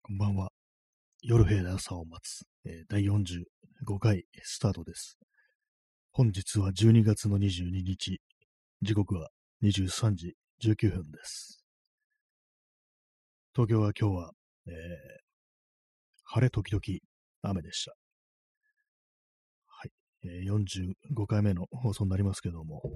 こんばんは。夜部屋で朝を待つ、第45回スタートです。本日は12月の22日、時刻は23時19分です。東京は今日は、晴れ時々雨でした。はい。45回目の放送になりますけども、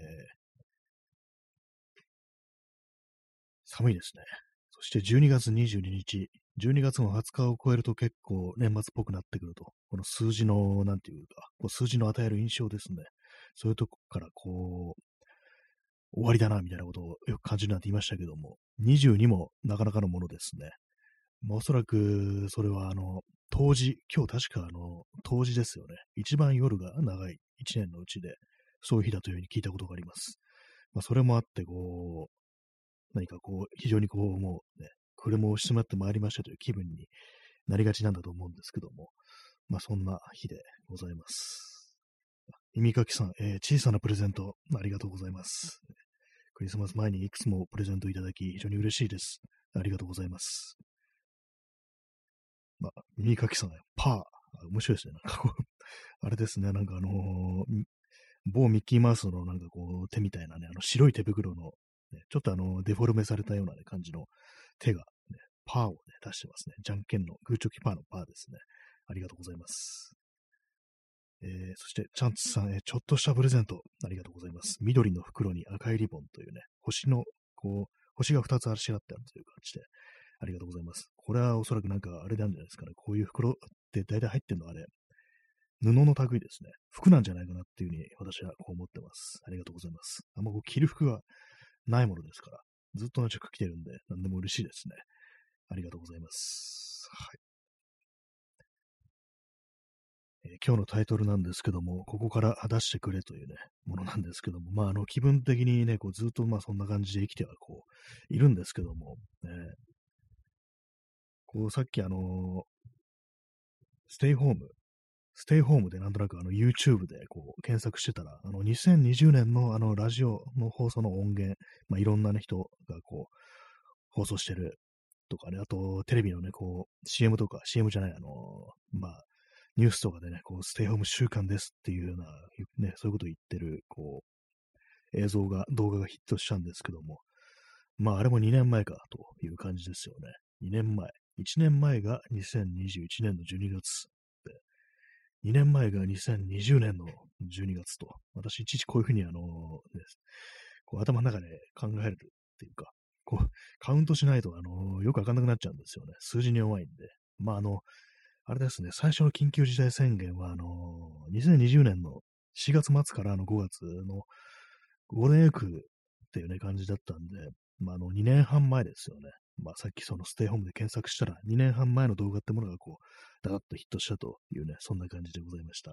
寒いですね。そして12月22日、12月の20日を超えると結構年末っぽくなってくると、この数字の、なんていうか、こう数字の与える印象ですね。そういうとこから終わりだな、みたいなことをよく感じるなんて言いましたけども、22もなかなかのものですね。おそらく、それは冬至、今日確か冬至ですよね。一番夜が長い一年のうちで、そういう日だというふうに聞いたことがあります。それもあって、何か非常にもうね、車を押し詰まってまいりましたという気分になりがちなんだと思うんですけども、そんな日でございます。耳かきさん、小さなプレゼントありがとうございます。クリスマス前にいくつもプレゼントいただき、非常に嬉しいです。ありがとうございます。耳かきさん、パー。面白いですね。あれですね、某ミッキーマウスの手みたいなね、白い手袋の、ね、ちょっとデフォルメされたような、ね、感じの手が、ね、パーをね、出してますね。じゃんけんの、グーチョキパーのパーですね。ありがとうございます。そして、チャンツさん、ちょっとしたプレゼント、ありがとうございます。緑の袋に赤いリボンというね、星が2つあしらってあるという感じで、ありがとうございます。これはおそらくあれなんじゃないですかね。こういう袋って大体入ってんのあれ、布の類ですね。服なんじゃないかなっていうふうに私はこう思ってます。ありがとうございます。あんま着る服がないものですから、ずっと同じ服着てるんで、何でも嬉しいですね。ありがとうございます。はい。今日のタイトルなんですけども、ここから出してくれというね、ものなんですけども、気分的にね、ずっとそんな感じで生きてはいるんですけども、さっきステイホーム、ステイホームでなんとなくYouTube で検索してたら、2020年のラジオの放送の音源、いろんなね、人が放送してるとかね、あとテレビのね、CM とか、CM じゃない、ニュースとかでね、ステイホーム週間ですっていうような、ね、そういうことを言ってる、動画がヒットしたんですけども、あれも2年前かという感じですよね。2年前。1年前が2021年の12月で、2年前が2020年の12月と、私いちいちこういうふうに頭の中で考えるっていうか、カウントしないと、よくわかんなくなっちゃうんですよね。数字に弱いんで。あれですね、最初の緊急事態宣言は、2020年の4月末から5月のゴールデンウィークっていうね、感じだったんで、2年半前ですよね。さっきそのステイホームで検索したら、2年半前の動画ってものがダダッとヒットしたというね、そんな感じでございました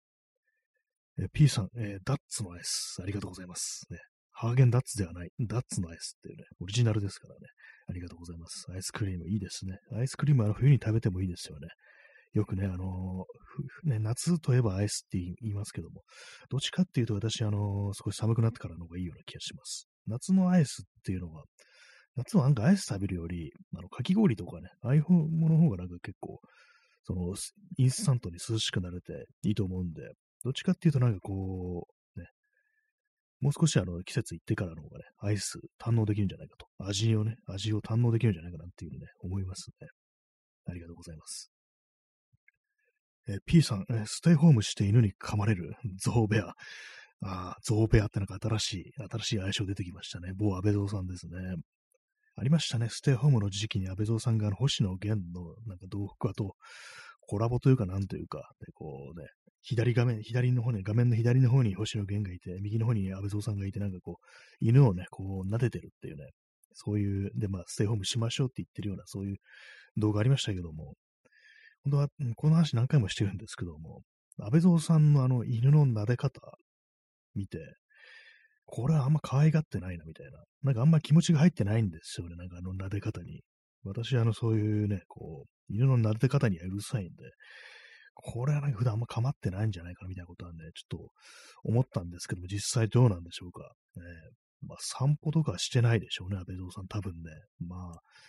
。P さん、ダッツのアイス、ありがとうございます。ね、ハーゲンダッツではない、ダッツのアイスっていうね、オリジナルですからね。ありがとうございます。アイスクリームいいですね。アイスクリームは冬に食べてもいいですよね。よくね、夏といえばアイスって言いますけども、どっちかっていうと私、少し寒くなってからの方がいいような気がします。夏のアイスっていうのは、夏はアイス食べるより、かき氷とかね、ああいうものの方が結構、インスタントに涼しくなれていいと思うんで、どっちかっていうとね、もう少し季節行ってからの方がね、アイス堪能できるんじゃないかと。味を堪能できるんじゃないかなっていうふうにね、思いますね。ありがとうございます。P さん、ステイホームして犬に噛まれるゾウベア。ゾウベアって新しい愛称出てきましたね。某安倍蔵さんですね。ありましたね。ステイホームの時期に安倍蔵さんが星野源の同服とコラボというかなんというか、で左の方に、画面の左の方に星野源がいて、右の方に安倍蔵さんがいて、犬をね、撫でてるっていうね、そういう、で、ステイホームしましょうって言ってるような、そういう動画ありましたけども、本当は、この話何回もしてるんですけども、安倍蔵さんの犬の撫で方見て、これはあんま可愛がってないな、みたいな。あんま気持ちが入ってないんですよね、撫で方に。私、そういうね、犬の撫で方にはうるさいんで、これは普段あんま構ってないんじゃないかな、みたいなことはね、ちょっと思ったんですけども、実際どうなんでしょうか。散歩とかしてないでしょうね、安倍蔵さん、多分ね。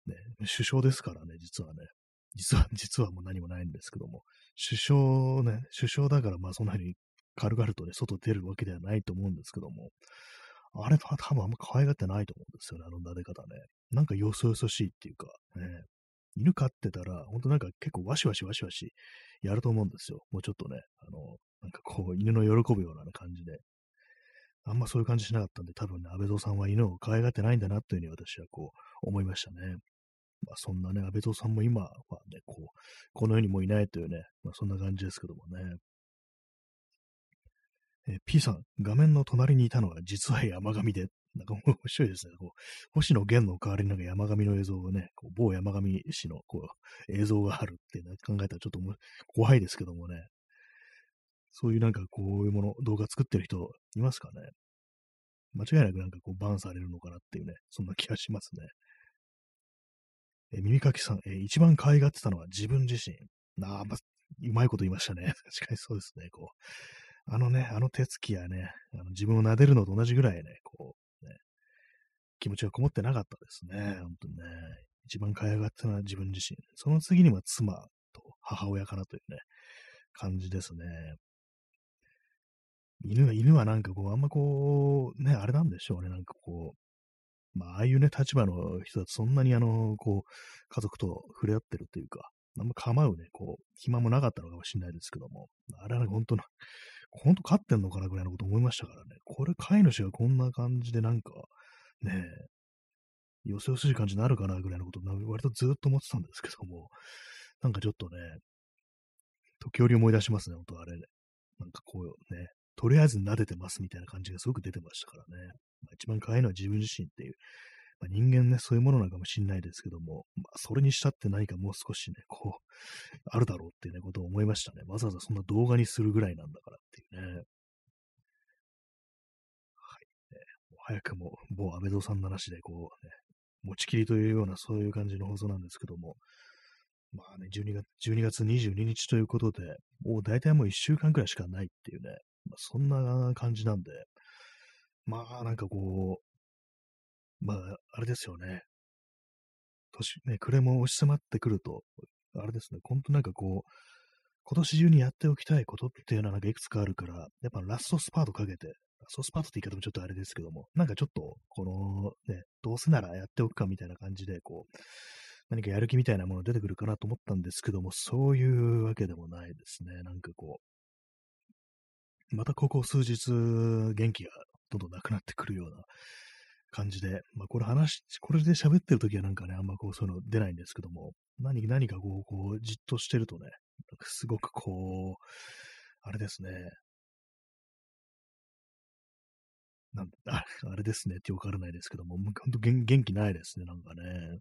ね、首相ですからね、実はね。実はもう何もないんですけども、首相だからまあそんなに軽々とね、外出るわけではないと思うんですけども、あれは多分あんま可愛がってないと思うんですよね、あの撫で方ね。なんかよそよそしいっていうか、ね、犬飼ってたら、ほんとなんか結構ワシワシワシワシやると思うんですよ。もうちょっとね、なんかこう、犬の喜ぶような感じで。あんまそういう感じしなかったんで、多分ね、安倍蔵さんは犬を可愛がってないんだなというふうに私はこう思いましたね。まあ、そんなね、安倍蔵さんも今はね、こう、この世にもいないというね、まあ、そんな感じですけどもね。P さん、画面の隣にいたのは実は山上で、なんか面白いですね。こう、星野源の代わりになんか山上の映像をね、こう某山上氏のこう映像があるって、ね、考えたらちょっと怖いですけどもね。そういうなんかこういうもの、動画作ってる人いますかね。間違いなくなんかこうバンされるのかなっていうね、そんな気がしますね。耳かきさん、一番可愛がってたのは自分自身。うまいこと言いましたね。確かにそうですね。こう、あのね、あの手つきやね、自分を撫でるのと同じぐらいね、こう、ね、気持ちがこもってなかったですね。本当にね。一番可愛がってたのは自分自身。その次には妻と母親かなというね、感じですね。犬はなんかこう、あんまこう、ね、あれなんでしょうね。なんかこう、まあ、ああいうね、立場の人だとそんなにこう、家族と触れ合ってるというか、あんま構うね、こう、暇もなかったのかもしれないですけども、あれはね、本当飼ってんのかなぐらいのこと思いましたからね。これ飼い主がこんな感じでなんか、ねよそよそしい感じになるかなぐらいのこと、割とずっと思ってたんですけども、なんかちょっとね、時折思い出しますね、本当あれね。なんかこうね、とりあえず撫でてますみたいな感じがすごく出てましたからね。まあ、一番可愛いのは自分自身っていう、まあ、人間ね、そういうものなのかもしれないですけども、まあ、それにしたって何かもう少しね、こう、あるだろうっていうね、ことを思いましたね。わざわざそんな動画にするぐらいなんだからっていうね。はい。もう早くも某安倍蔵さんの話でこう、ね、持ちきりというようなそういう感じの放送なんですけども、まあね、12月22日ということで、もう大体もう1週間くらいしかないっていうね、まあ、そんな感じなんで、まあなんかこう、まああれですよね、暮れも押し迫ってくると、あれですね、ほんとなんかこう、今年中にやっておきたいことっていうのはなんかいくつかあるから、やっぱラストスパートかけて、ラストスパートって言い方もちょっとあれですけども、なんかちょっと、このね、どうせならやっておくかみたいな感じで、こう、何かやる気みたいなもの出てくるかなと思ったんですけども、そういうわけでもないですね。なんかこう、またここ数日、元気がどんどんなくなってくるような感じで、まあこれで喋ってる時はなんかね、あんまこうそういうの出ないんですけども、何かこうじっとしてるとね、なんかすごくこう、あれですね、あれですねってわからないですけども、もうほんと元気ないですね、なんかね。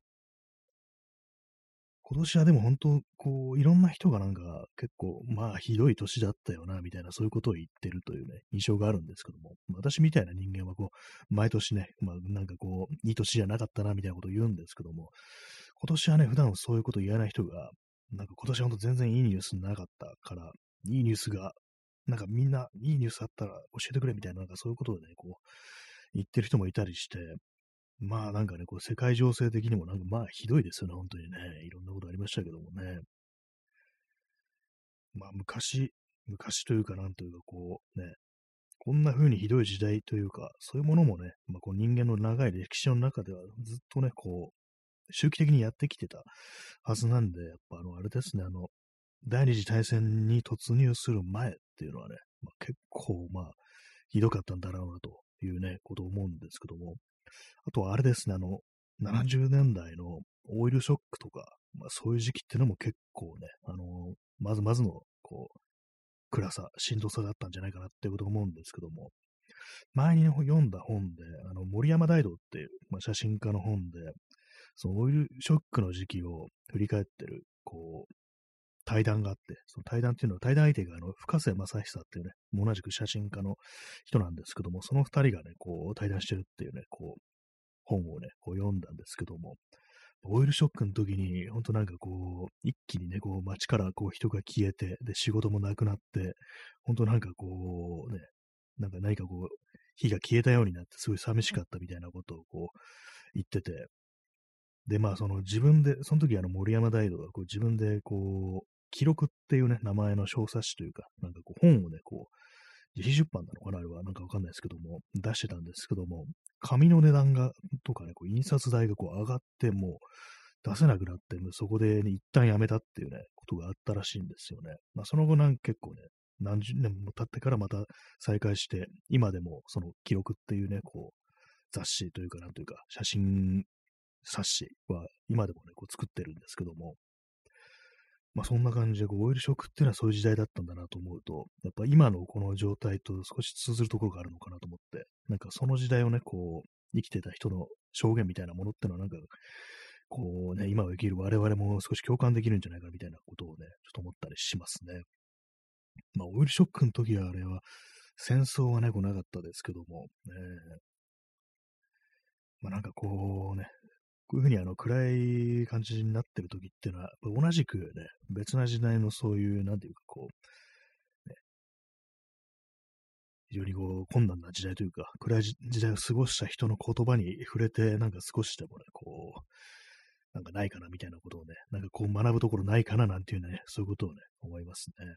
今年はでも本当、こう、いろんな人がなんか結構、まあひどい年だったよな、みたいなそういうことを言ってるというね、印象があるんですけども、私みたいな人間はこう、毎年ね、まあなんかこう、いい年じゃなかったな、みたいなことを言うんですけども、今年はね、普段そういうこと言えない人が、なんか今年は本当全然いいニュースなかったから、いいニュースが、なんかみんないいニュースあったら教えてくれみたいな、なんかそういうことをね、こう、言ってる人もいたりして、まあなんかね、こう世界情勢的にもなんかまあひどいですよね、本当にね。いろんなことありましたけどもね。まあ昔というかなんというかこうね、こんな風にひどい時代というか、そういうものもね、まあこう人間の長い歴史の中ではずっとね、こう、周期的にやってきてたはずなんで、やっぱあれですね、第二次大戦に突入する前っていうのはね、まあ、結構まあ、ひどかったんだろうなというね、ことを思うんですけども、あとはあれですね、70年代のオイルショックとか、まあそういう時期っていうのも結構ね、まずの、こう、暗さ、しんどさだったんじゃないかなっていうことを思うんですけども、前にね読んだ本で、森山大道っていう、まあ、写真家の本で、そのオイルショックの時期を振り返ってる、こう、対談があって、その対談っていうのは、対談相手が深瀬正久っていうね、同じく写真家の人なんですけども、その二人がね、こう、対談してるっていうね、こう、本をね、こう読んだんですけども、オイルショックの時に、ほんとなんかこう、一気にね、こう街からこう人が消えて、で、仕事もなくなって、ほんとなんかこうね、なんか何かこう、火が消えたようになって、すごい寂しかったみたいなことをこう言ってて、 で、まあ、その自分で、その時森山大道がこう自分でこう、記録っていうね、名前の小冊子というか、なんかこう本をね、こう、自費出版なのかなあれは、なんかわかんないですけども、出してたんですけども、紙の値段が、とかね、こう印刷代がこう上がって、もう出せなくなって、そこでね、一旦やめたっていうね、ことがあったらしいんですよね。まあ、その後結構ね、何十年も経ってからまた再開して、今でもその記録っていうね、こう、雑誌というか、なんというか、写真冊子は今でもね、こう作ってるんですけども、まあそんな感じで、こうオイルショックっていうのはそういう時代だったんだなと思うと、やっぱ今のこの状態と少し通ずるところがあるのかなと思って、なんかその時代をね、こう、生きてた人の証言みたいなものってのはなんか、こうね、今を生きる我々も少し共感できるんじゃないかみたいなことをね、ちょっと思ったりしますね。まあオイルショックの時はあれは、戦争はね、こうなかったですけども、まあなんかこうね、こういうふうに暗い感じになってる時っていうのは、やっぱ同じくね、別な時代のそういう、なんていうかこう、ね、非常にこう困難な時代というか、暗い時代を過ごした人の言葉に触れて、なんか少しでもね、こう、なんかないかなみたいなことをね、なんかこう学ぶところないかななんていうね、そういうことをね、思いますね。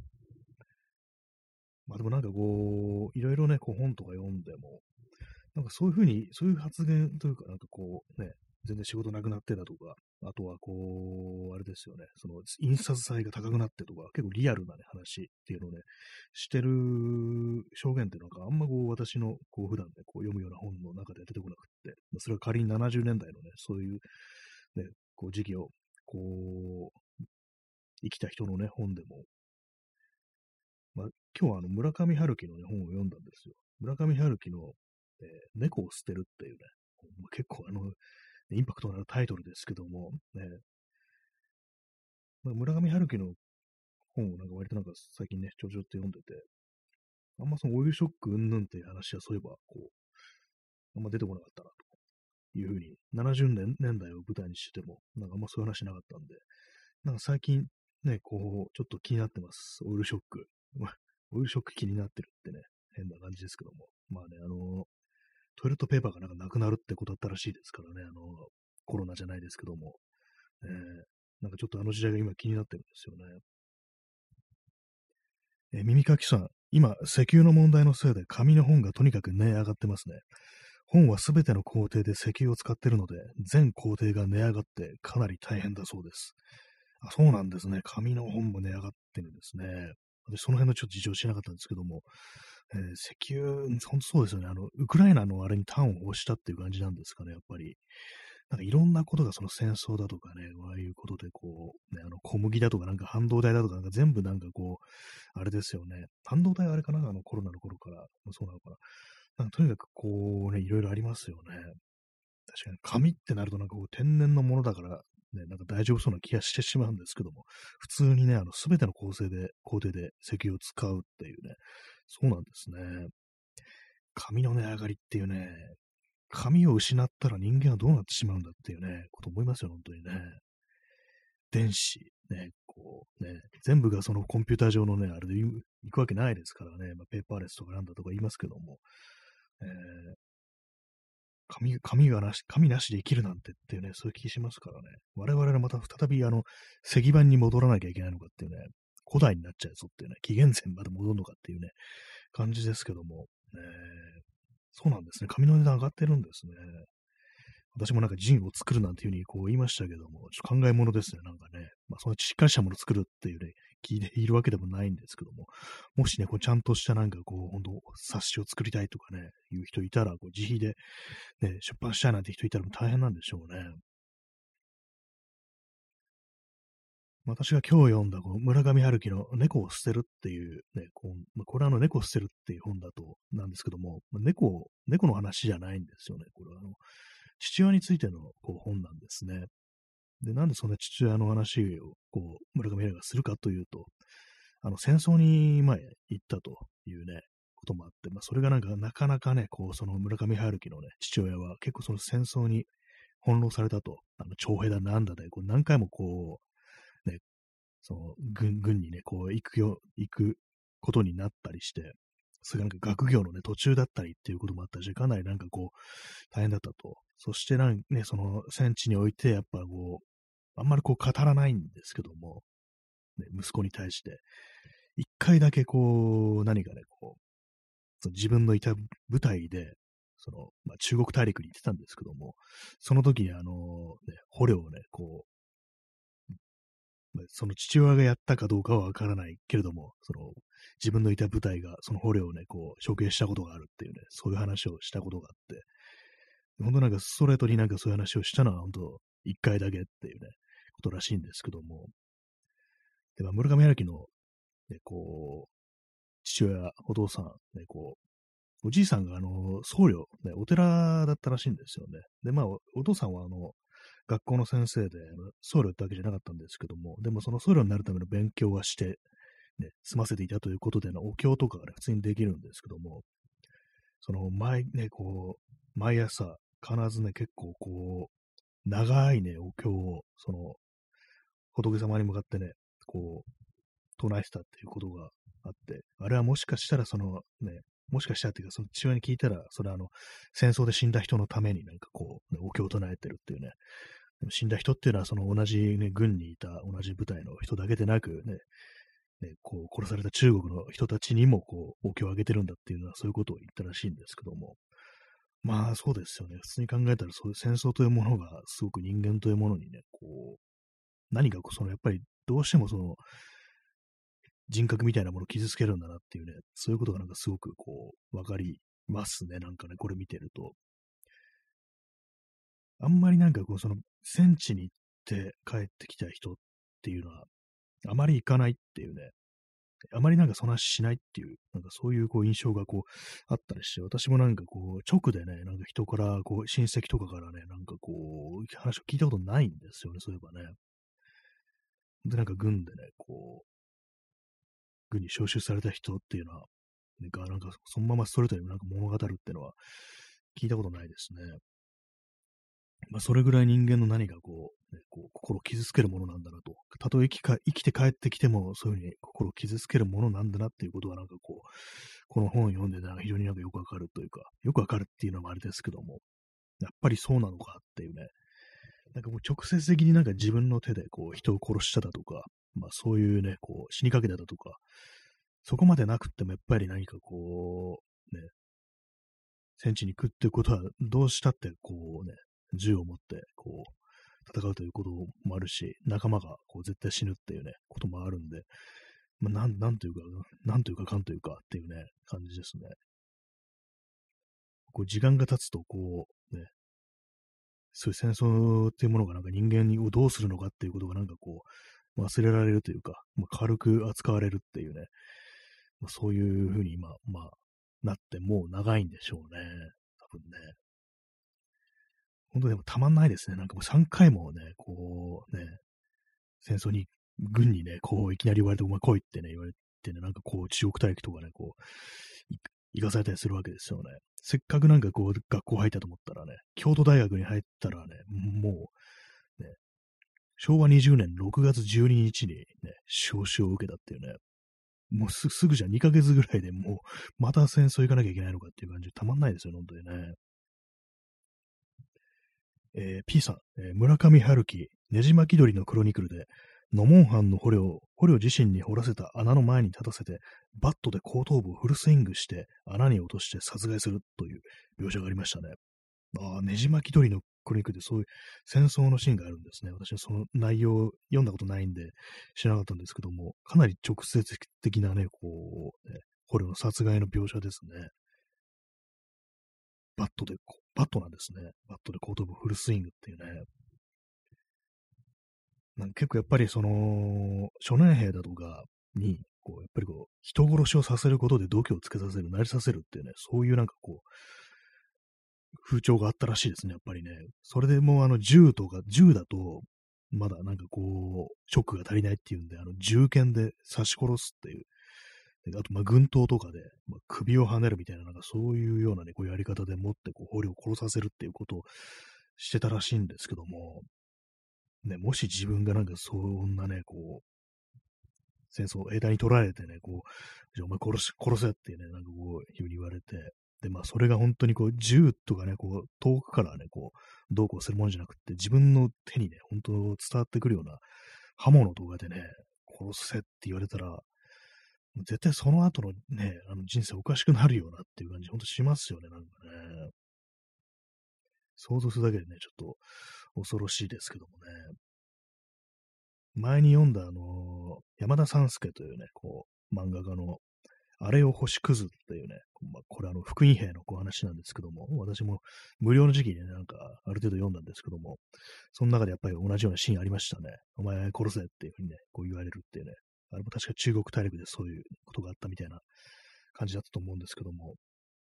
まあでもなんかこう、いろいろね、こう本とか読んでも、なんかそういうふうに、そういう発言というか、なんかこうね、全然仕事なくなってたとか、あとはこう、あれですよね、その印刷材が高くなってとか、結構リアルなね、話っていうのをね、してる証言っていうのがあんまこう、私のこう、普段ね、こう読むような本の中では出てこなくって、それは仮に70年代のね、そういうね、こう、時期を、こう、生きた人のね、本でも、まあ、今日は村上春樹のね、本を読んだんですよ。村上春樹の、猫を捨てるっていうね、結構インパクトのあるタイトルですけども、ね、まあ、村上春樹の本をなんか割となんか最近ね、ちょちょって読んでて、あんまそのオイルショック云々っていう話はそういえば、こう、あんま出てこなかったなというふうに、70年代を舞台にしてても、なんかあんまそういう話なかったんで、なんか最近ね、こう、ちょっと気になってます。オイルショック。オイルショック気になってるってね、変な感じですけども。まあね、トイレットペーパーがなんかなくなるってことだったらしいですからね、コロナじゃないですけども。なんかちょっとあの時代が今気になってるんですよね。耳かきさん、今、石油の問題のせいで紙の本がとにかく値上がってますね。本はすべての工程で石油を使っているので、全工程が値上がってかなり大変だそうです。あ、そうなんですね。紙の本も値上がってるんですね。私、その辺のちょっと事情知らなかったんですけども、石油、本当そうですよね。ウクライナのあれに端を欲したっていう感じなんですかね、やっぱり。なんかいろんなことがその戦争だとかね、ああいうことでこう、ね、小麦だとかなんか半導体だとかなんか全部なんかこう、あれですよね。半導体はあれかなコロナの頃から、そうなのかな。なんかとにかくこうね、いろいろありますよね。確かに紙ってなるとなんかこう天然のものだから、ね、なんか大丈夫そうな気がしてしまうんですけども、普通にね、すべての工程で石油を使うっていうね、そうなんですね。紙の値上がりっていうね、紙を失ったら人間はどうなってしまうんだっていうね、こと思いますよ、本当にね。電子、ね、こうね、全部がそのコンピューター上のね、あれで行くわけないですからね、まあ、ペーパーレスとかなんだとか言いますけども、えー紙なしで生きるなんてっていうね、そういう気しますからね。我々がまた再び石板に戻らなきゃいけないのかっていうね、古代になっちゃうぞっていうね、紀元前まで戻るのかっていうね、感じですけども、そうなんですね。紙の値段上がってるんですね。私もなんかジンを作るなんていうふうにこう言いましたけども、ちょっと考え物ですね、なんかね。まあ、そのしっかりしたものを作るっていうね、聞いているわけでもないんですけども、もしね、こうちゃんとしたなんかこう、本当冊子を作りたいとかね、いう人いたら、こう自費でね、出版したいなんて人いたらもう大変なんでしょうね。私が今日読んだこう村上春樹の猫を捨てるっていうね、これは猫を捨てるっていう本だとなんですけども、猫の話じゃないんですよね。これは父親についてのこう本なんですね。で、なんでそんな父親の話をこう村上春樹がするかというと、戦争に前行ったというね、こともあって、まあ、それがなんかなかなかね、こう、その村上春樹のね、父親は結構その戦争に翻弄されたと、徴兵だなんだで、こう何回もこう、ね、その軍にね、こう行くことになったりして、 それがなんか学業のね、途中だったりっていうこともあったし、かなりなんかこう、大変だったと。そしてね、その戦地において、やっぱこう、あんまりこう語らないんですけども、ね、息子に対して、一回だけこう、何かね、こう、その自分のいた部隊で、中国大陸に行ってたんですけども、その時に捕虜をね、こう、その父親がやったかどうかはわからないけれども、自分のいた部隊がその捕虜をね、こう、処刑したことがあるっていうね、そういう話をしたことがあって、本当なんかストレートになんかそういう話をしたのは本当一回だけっていうね、ことらしいんですけども、で、村上春樹のね、こう、父親、お父さん、ね、こう、おじいさんが僧侶、ね、お寺だったらしいんですよね。で、まあ、お父さんは学校の先生で、僧侶ってわけじゃなかったんですけども、でもその僧侶になるための勉強はして、ね、済ませていたということでのお経とかがね、普通にできるんですけども、毎朝、必ずね、結構こう、長いね、お経を、仏様に向かってね、こう、唱えてたっていうことがあって、あれはもしかしたらもしかしたらっていうか、その父親に聞いたら、それは戦争で死んだ人のためになんかこう、ね、お経を唱えてるっていうね、でも死んだ人っていうのはその同じね、軍にいた同じ部隊の人だけでなくこう殺された中国の人たちにもこう、お経をあげてるんだっていうのはそういうことを言ったらしいんですけども、まあそうですよね。普通に考えたらそういう戦争というものがすごく人間というものにね、こう、何かこうやっぱりどうしても人格みたいなものを傷つけるんだなっていうね、そういうことがなんかすごくこう、わかりますね。なんかね、これ見てると。あんまりなんかこう、戦地に行って帰ってきた人っていうのは、あまり行かないっていうね、あまりなんかそんなしないっていう、なんかそういうこう印象がこう、あったりして、私もなんかこう、直でね、なんか人から、こう、親戚とかからね、なんかこう、話を聞いたことないんですよね、そういえばね。で、なんか軍でね、こう、軍に招集された人っていうのは、なんかそのままストレートになんか物語るっていうのは聞いたことないですね。まあ、それぐらい人間の何かこう心を傷つけるものなんだなと。たとえ生きて帰ってきても、そういうふうに心を傷つけるものなんだなっていうことは、なんかこう、この本を読んで、なんか非常になんかよくわかるというか、よくわかるっていうのもあれですけども、やっぱりそうなのかっていうね、なんかもう直接的になんか自分の手でこう人を殺しただとか、まあそういうね、こう死にかけただとか、そこまでなくってもやっぱり何かこう、ね、戦地に行くっていうことは、どうしたってこうね、銃を持ってこう、戦うということもあるし、仲間がこう絶対死ぬっていうね、こともあるんで、まあ、なんというかかんというかっていうね、感じですね。こう時間が経つと、こう、ね、そういう戦争っていうものがなんか人間をどうするのかっていうことがなんかこう、忘れられるというか、まあ、軽く扱われるっていうね、まあ、そういうふうに今、まあ、なってもう長いんでしょうね。多分ね。本当でもたまんないですね。なんかもう3回もね、こうね、戦争に、軍にね、こういきなり言われて、お前来いってね、言われてね、なんかこう中国大陸とかね、こう、行かされたりするわけですよね。せっかくなんかこう、学校入ったと思ったらね、京都大学に入ったらね、もう、ね、昭和20年6月12日にちにね、招集を受けたっていうね、もうすぐじゃん2ヶ月ぐらいでもう、また戦争行かなきゃいけないのかっていう感じでたまんないですよ、本当にね。P さん、村上春樹、ねじ巻き鳥のクロニクルで、ノモンハンの捕虜自身に掘らせた穴の前に立たせて、バットで後頭部をフルスイングして穴に落として殺害するという描写がありましたね。ああ、ねじ巻き鳥のクロニクルでそういう戦争のシーンがあるんですね。私はその内容を読んだことないんで知らなかったんですけども、かなり直接的なね、こう、ね、捕虜の殺害の描写ですね。バットなんですね。バットで後頭部フルスイングっていうね。なんか結構やっぱり少年兵だとかに、こう、やっぱりこう、人殺しをさせることで度胸をつけさせる、なりさせるっていうね、そういうなんかこう、風潮があったらしいですね、やっぱりね。それでもう銃だと、まだなんかこう、ショックが足りないっていうんで、銃剣で刺し殺すっていう、であと、まあ、軍刀とかで、まあ、首をはねるみたいな、なんかそういうようなね、こういうやり方でもって、こう、捕虜を殺させるっていうことをしてたらしいんですけども、ね、もし自分がなんかそんなね、こう、 戦争、兵隊に取られてね、こう、じゃあお前殺せってね、なんかこう、いうふうに言われて、で、まあ、それが本当にこう、銃とかね、こう、遠くからね、こう、どうこうするもんじゃなくて、自分の手にね、本当伝わってくるような刃物とかでね、殺せって言われたら、絶対その後のね、人生おかしくなるよなっていう感じ、ほんとしますよね、なんかね。想像するだけでね、ちょっと恐ろしいですけどもね。前に読んだ山田三助というね、こう、漫画家の、あれを星屑っていうね、まあ、これ福音兵のこう話なんですけども、私も無料の時期にね、なんかある程度読んだんですけども、その中でやっぱり同じようなシーンありましたね。お前殺せっていうふうにね、こう言われるっていうね。あれも確か中国大陸でそういうことがあったみたいな感じだったと思うんですけども、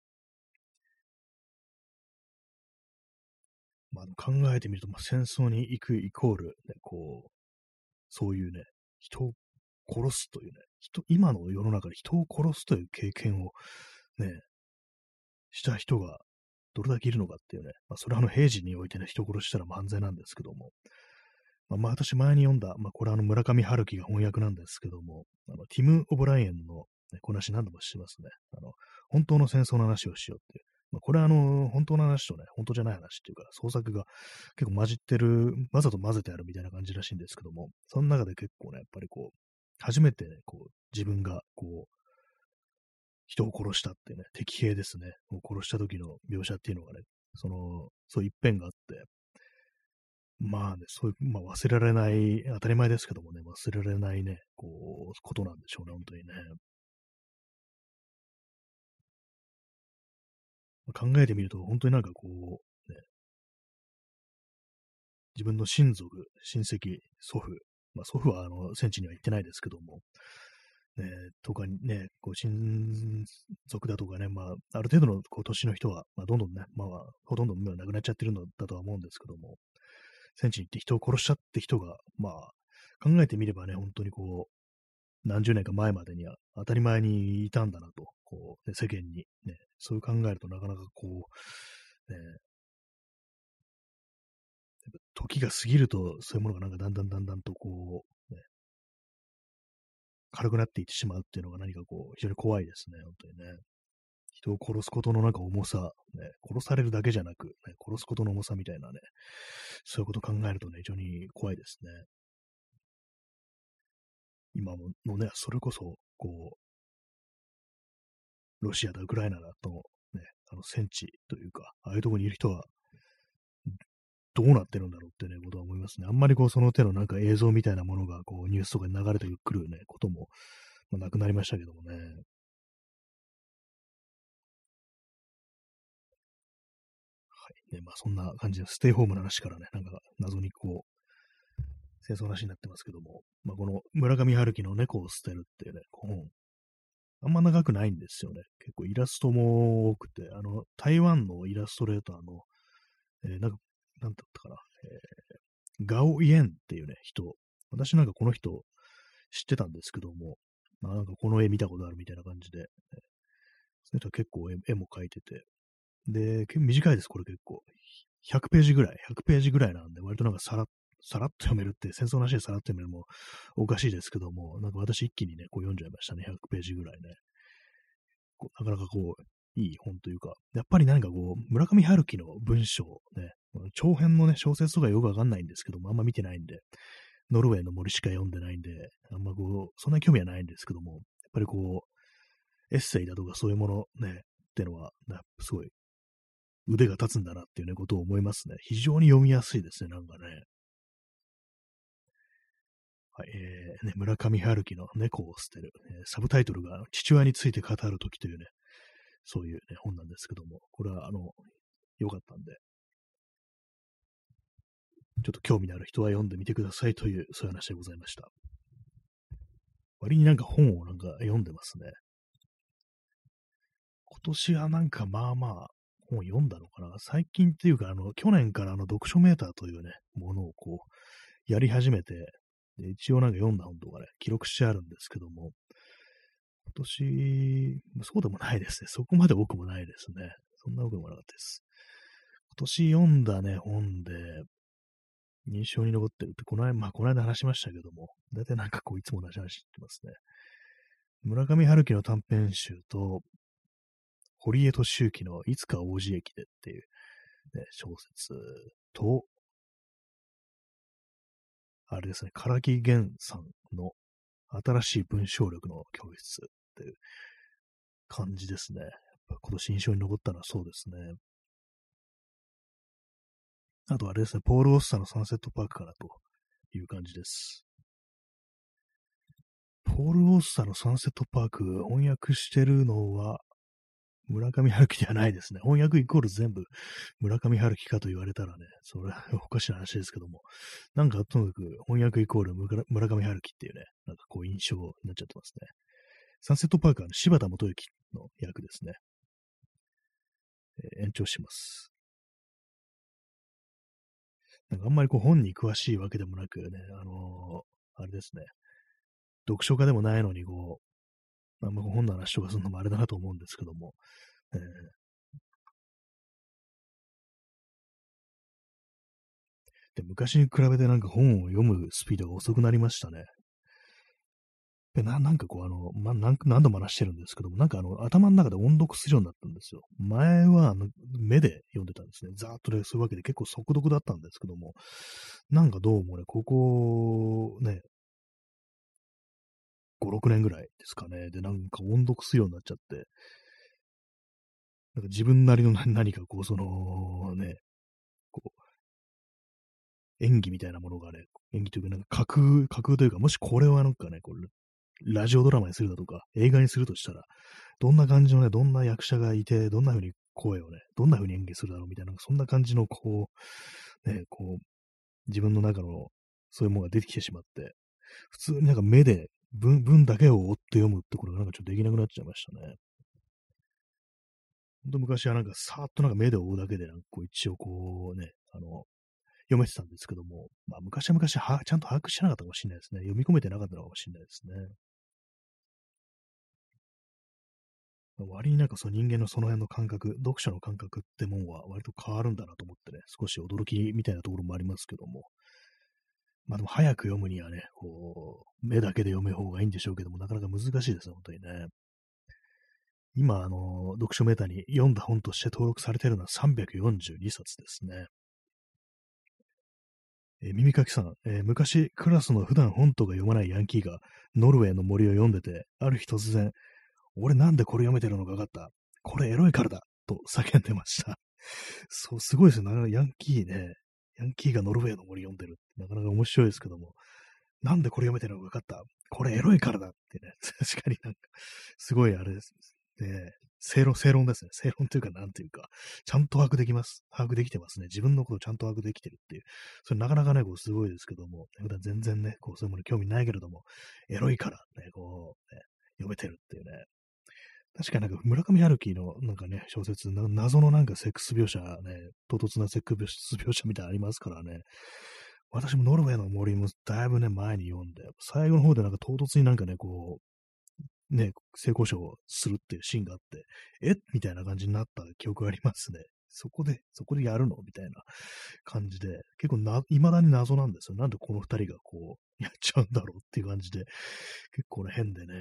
まあ、考えてみると、まあ、戦争に行くイコール、ね、こう、そういうね、人を殺すというね、今の世の中で人を殺すという経験をね、した人がどれだけいるのかっていうね、まあ、それは平時においてね、人を殺したら犯罪なんですけども、まあ、私前に読んだ、まあ、これは村上春樹が翻訳なんですけども、ティム・オブライエンの、ね、この話何度もしますね。本当の戦争の話をしようっていう。まあ、これは本当の話とね、本当じゃない話っていうか、創作が結構混じってる、わざと混ぜてあるみたいな感じらしいんですけども、その中で結構ね、やっぱりこう、初めてね、こう、自分がこう、人を殺したってね、敵兵ですね、を殺した時の描写っていうのがね、そういう一辺があって、まあね、そういう、まあ忘れられない、当たり前ですけどもね、忘れられないね、こう、ことなんでしょうね、本当にね。考えてみると、本当になんかこう、ね、自分の親族、親戚、祖父、まあ祖父は戦地には行ってないですけども、ね、とかにね、こう親族だとかね、まあ、ある程度のこう年の人は、まあ、どんどんね、まあ、ほとんどもう亡くなっちゃってるのだとは思うんですけども、戦地に行って人を殺しちゃって人が、まあ、考えてみればね、本当にこう、何十年か前までには当たり前にいたんだなと、こう、ね、世間に、ね、そういう考えるとなかなかこう、ね、やっぱ時が過ぎると、そういうものがなんかだんだんとこう、ね、軽くなっていってしまうっていうのが何かこう、非常に怖いですね、本当にね。人を殺すことのなんか重さ、ね、殺されるだけじゃなく、ね、殺すことの重さみたいなね、そういうことを考えるとね、非常に怖いですね。今のね、それこそ、こう、ロシアだ、ウクライナだと、ね、戦地というか、ああいうところにいる人は、どうなってるんだろうってね、ことは思いますね。あんまりこう、その手のなんか映像みたいなものが、こう、ニュースとかに流れてくるね、ことも、まあ、なくなりましたけどもね。はい。ね、まあ、そんな感じで、ステイホームの話からね、なんか、謎にこう、戦争なしになってますけども、まあ、この村上春樹の猫を捨てるっていうね、本、あんま長くないんですよね。結構イラストも多くて、台湾のイラストレーターの、なんか、なんだったかな、ガオイエンっていうね、人、私なんかこの人知ってたんですけども、まあ、なんかこの絵見たことあるみたいな感じで、その人は結構絵も描いてて、で、結構短いです、これ結構。100ページぐらい、100ページぐらいなんで、割となんかさらっと読めるって、戦争なしでさらっと読めるのもおかしいですけども、なんか私一気にね、こう読んじゃいましたね、100ページぐらいね。なかなかこう、いい本というか、やっぱりなんかこう、村上春樹の文章ね、長編のね、小説とかよくわかんないんですけども、あんま見てないんで、ノルウェーの森しか読んでないんで、あんまこう、そんな興味はないんですけども、やっぱりこう、エッセイだとかそういうものね、ってのは、すごい腕が立つんだなっていうね、ことを思いますね。非常に読みやすいですね、なんかね。はい、ね、村上春樹の猫を捨てる、サブタイトルが父親について語るときというね、そういう、ね、本なんですけども、これは良かったんで、ちょっと興味のある人は読んでみてくださいという、そういう話でございました。割になんか本をなんか読んでますね。今年はなんかまあまあ本を読んだのかな。最近っていうか、去年から読書メーターというね、ものをこう、やり始めて、で一応なんか読んだ本とかね、記録してあるんですけども、今年、そうでもないですね。そこまで多くもないですね。そんな多くもなかったです。今年読んだね、本で、 印象に残ってるって、この間話しましたけども、だいたいなんかこう、いつも同じ話してますね。村上春樹の短編集と、堀江敏之のいつか王子駅でっていう、ね、小説と、あれですね、唐木源さんの新しい文章力の教室っていう感じですね。やっぱ今年印象に残ったのはそうですね。あとあれですね、ポール・オスターのサンセットパークかなという感じです。ポール・オスターのサンセットパーク翻訳してるのは村上春樹ではないですね。翻訳イコール全部村上春樹かと言われたらね、それはおかしな話ですけども、なんかとにかく翻訳イコール村上春樹っていうね、なんかこう印象になっちゃってますね。サンセットパークは柴田元幸の役ですね。延長します。なんかあんまりこう本に詳しいわけでもなくね、あれですね、読書家でもないのにあんま本の話とかするのもあれだなと思うんですけども、で昔に比べてなんか本を読むスピードが遅くなりましたね。なんかこう、何度も話してるんですけども、なんか頭の中で音読するようになったんですよ。前は、目で読んでたんですね。ざーっとね、そういうわけで結構速読だったんですけども、なんかどうもね、ここ、ね、5、6年ぐらいですかね。で、なんか音読するようになっちゃって、なんか自分なりの何かこう、こ演技みたいなものがね、演技というか、なんか架空というか、もしこれはなんかね、ラジオドラマにするだとか、映画にするとしたら、どんな感じのね、どんな役者がいて、どんな風に声をね、どんな風に演技するだろうみたいな、そんな感じの、自分の中の、そういうものが出てきてしまって、普通になんか目で文だけを追って読むってことがなんかちょっとできなくなっちゃいましたね。ほんと昔はなんかさーっとなんか目で追うだけで、なんかこう一応読めてたんですけども、まあ昔はちゃんと把握してなかったかもしれないですね。読み込めてなかったのかもしれないですね。割になんかその人間のその辺の感覚、読書の感覚ってもんは割と変わるんだなと思ってね、少し驚きみたいなところもありますけども、まあでも早く読むにはね、目だけで読む方がいいんでしょうけども、なかなか難しいですね、本当にね。今、読書メーターに読んだ本として登録されているのは342冊ですね。耳かきさん、昔クラスの普段本とか読まないヤンキーがノルウェーの森を読んでて、ある日突然、俺なんでこれ読めてるのか分かった。これエロいからだと叫んでました。そう、すごいですよ。なかなかヤンキーがノルウェーの森読んでるって、なかなか面白いですけども、なんでこれ読めてるのか分かった。これエロいからだってね、確かになんか、すごいあれですね。正論ですね。正論というか、なんというか、ちゃんと把握できます。把握できてますね。自分のことをちゃんと把握できてるっていう。それなかなかね、すごいですけども、普段全然ね、そういうものに興味ないけれども、エロいからね、読めてるっていうね。確かになんか村上春樹のなんかね、小説、謎のなんかセックス描写ね、唐突なセックス描写みたいなのありますからね。私もノルウェーの森もだいぶね、前に読んで、最後の方でなんか唐突になんかね、ね、性交渉をするっていうシーンがあって、みたいな感じになった記憶がありますね。そこでやるのみたいな感じで、結構未だに謎なんですよ。なんでこの二人がやっちゃうんだろうっていう感じで、結構ね、変でね。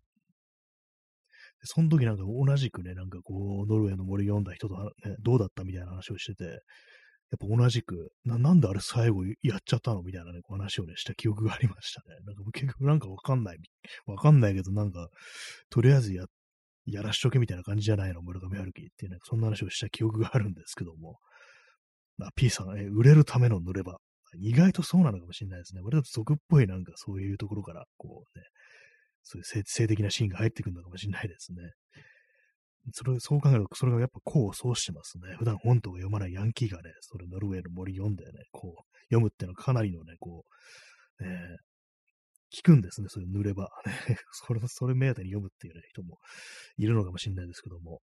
その時なんか同じくね、なんかノルウェーの森読んだ人とね、どうだったみたいな話をしてて、やっぱ同じく、なんであれ最後やっちゃったのみたいなね、話をね、した記憶がありましたね。なんか結局なんかわかんないけど、なんか、とりあえずやらしとけみたいな感じじゃないの、村上春樹っていうね、そんな話をした記憶があるんですけども、まあ、P さん、売れるための塗れば、意外とそうなのかもしれないですね。割と俗っぽいなんかそういうところから、そういう性的なシーンが入ってくるのかもしれないですね。そう考えると、それがやっぱ功を奏してますね。普段本とか読まないヤンキーがね、それノルウェーの森読んでね、読むっていうのはかなりのね、聞くんですね、そういう塗れば。ね、それ目当てに読むっていうね、人もいるのかもしれないですけども。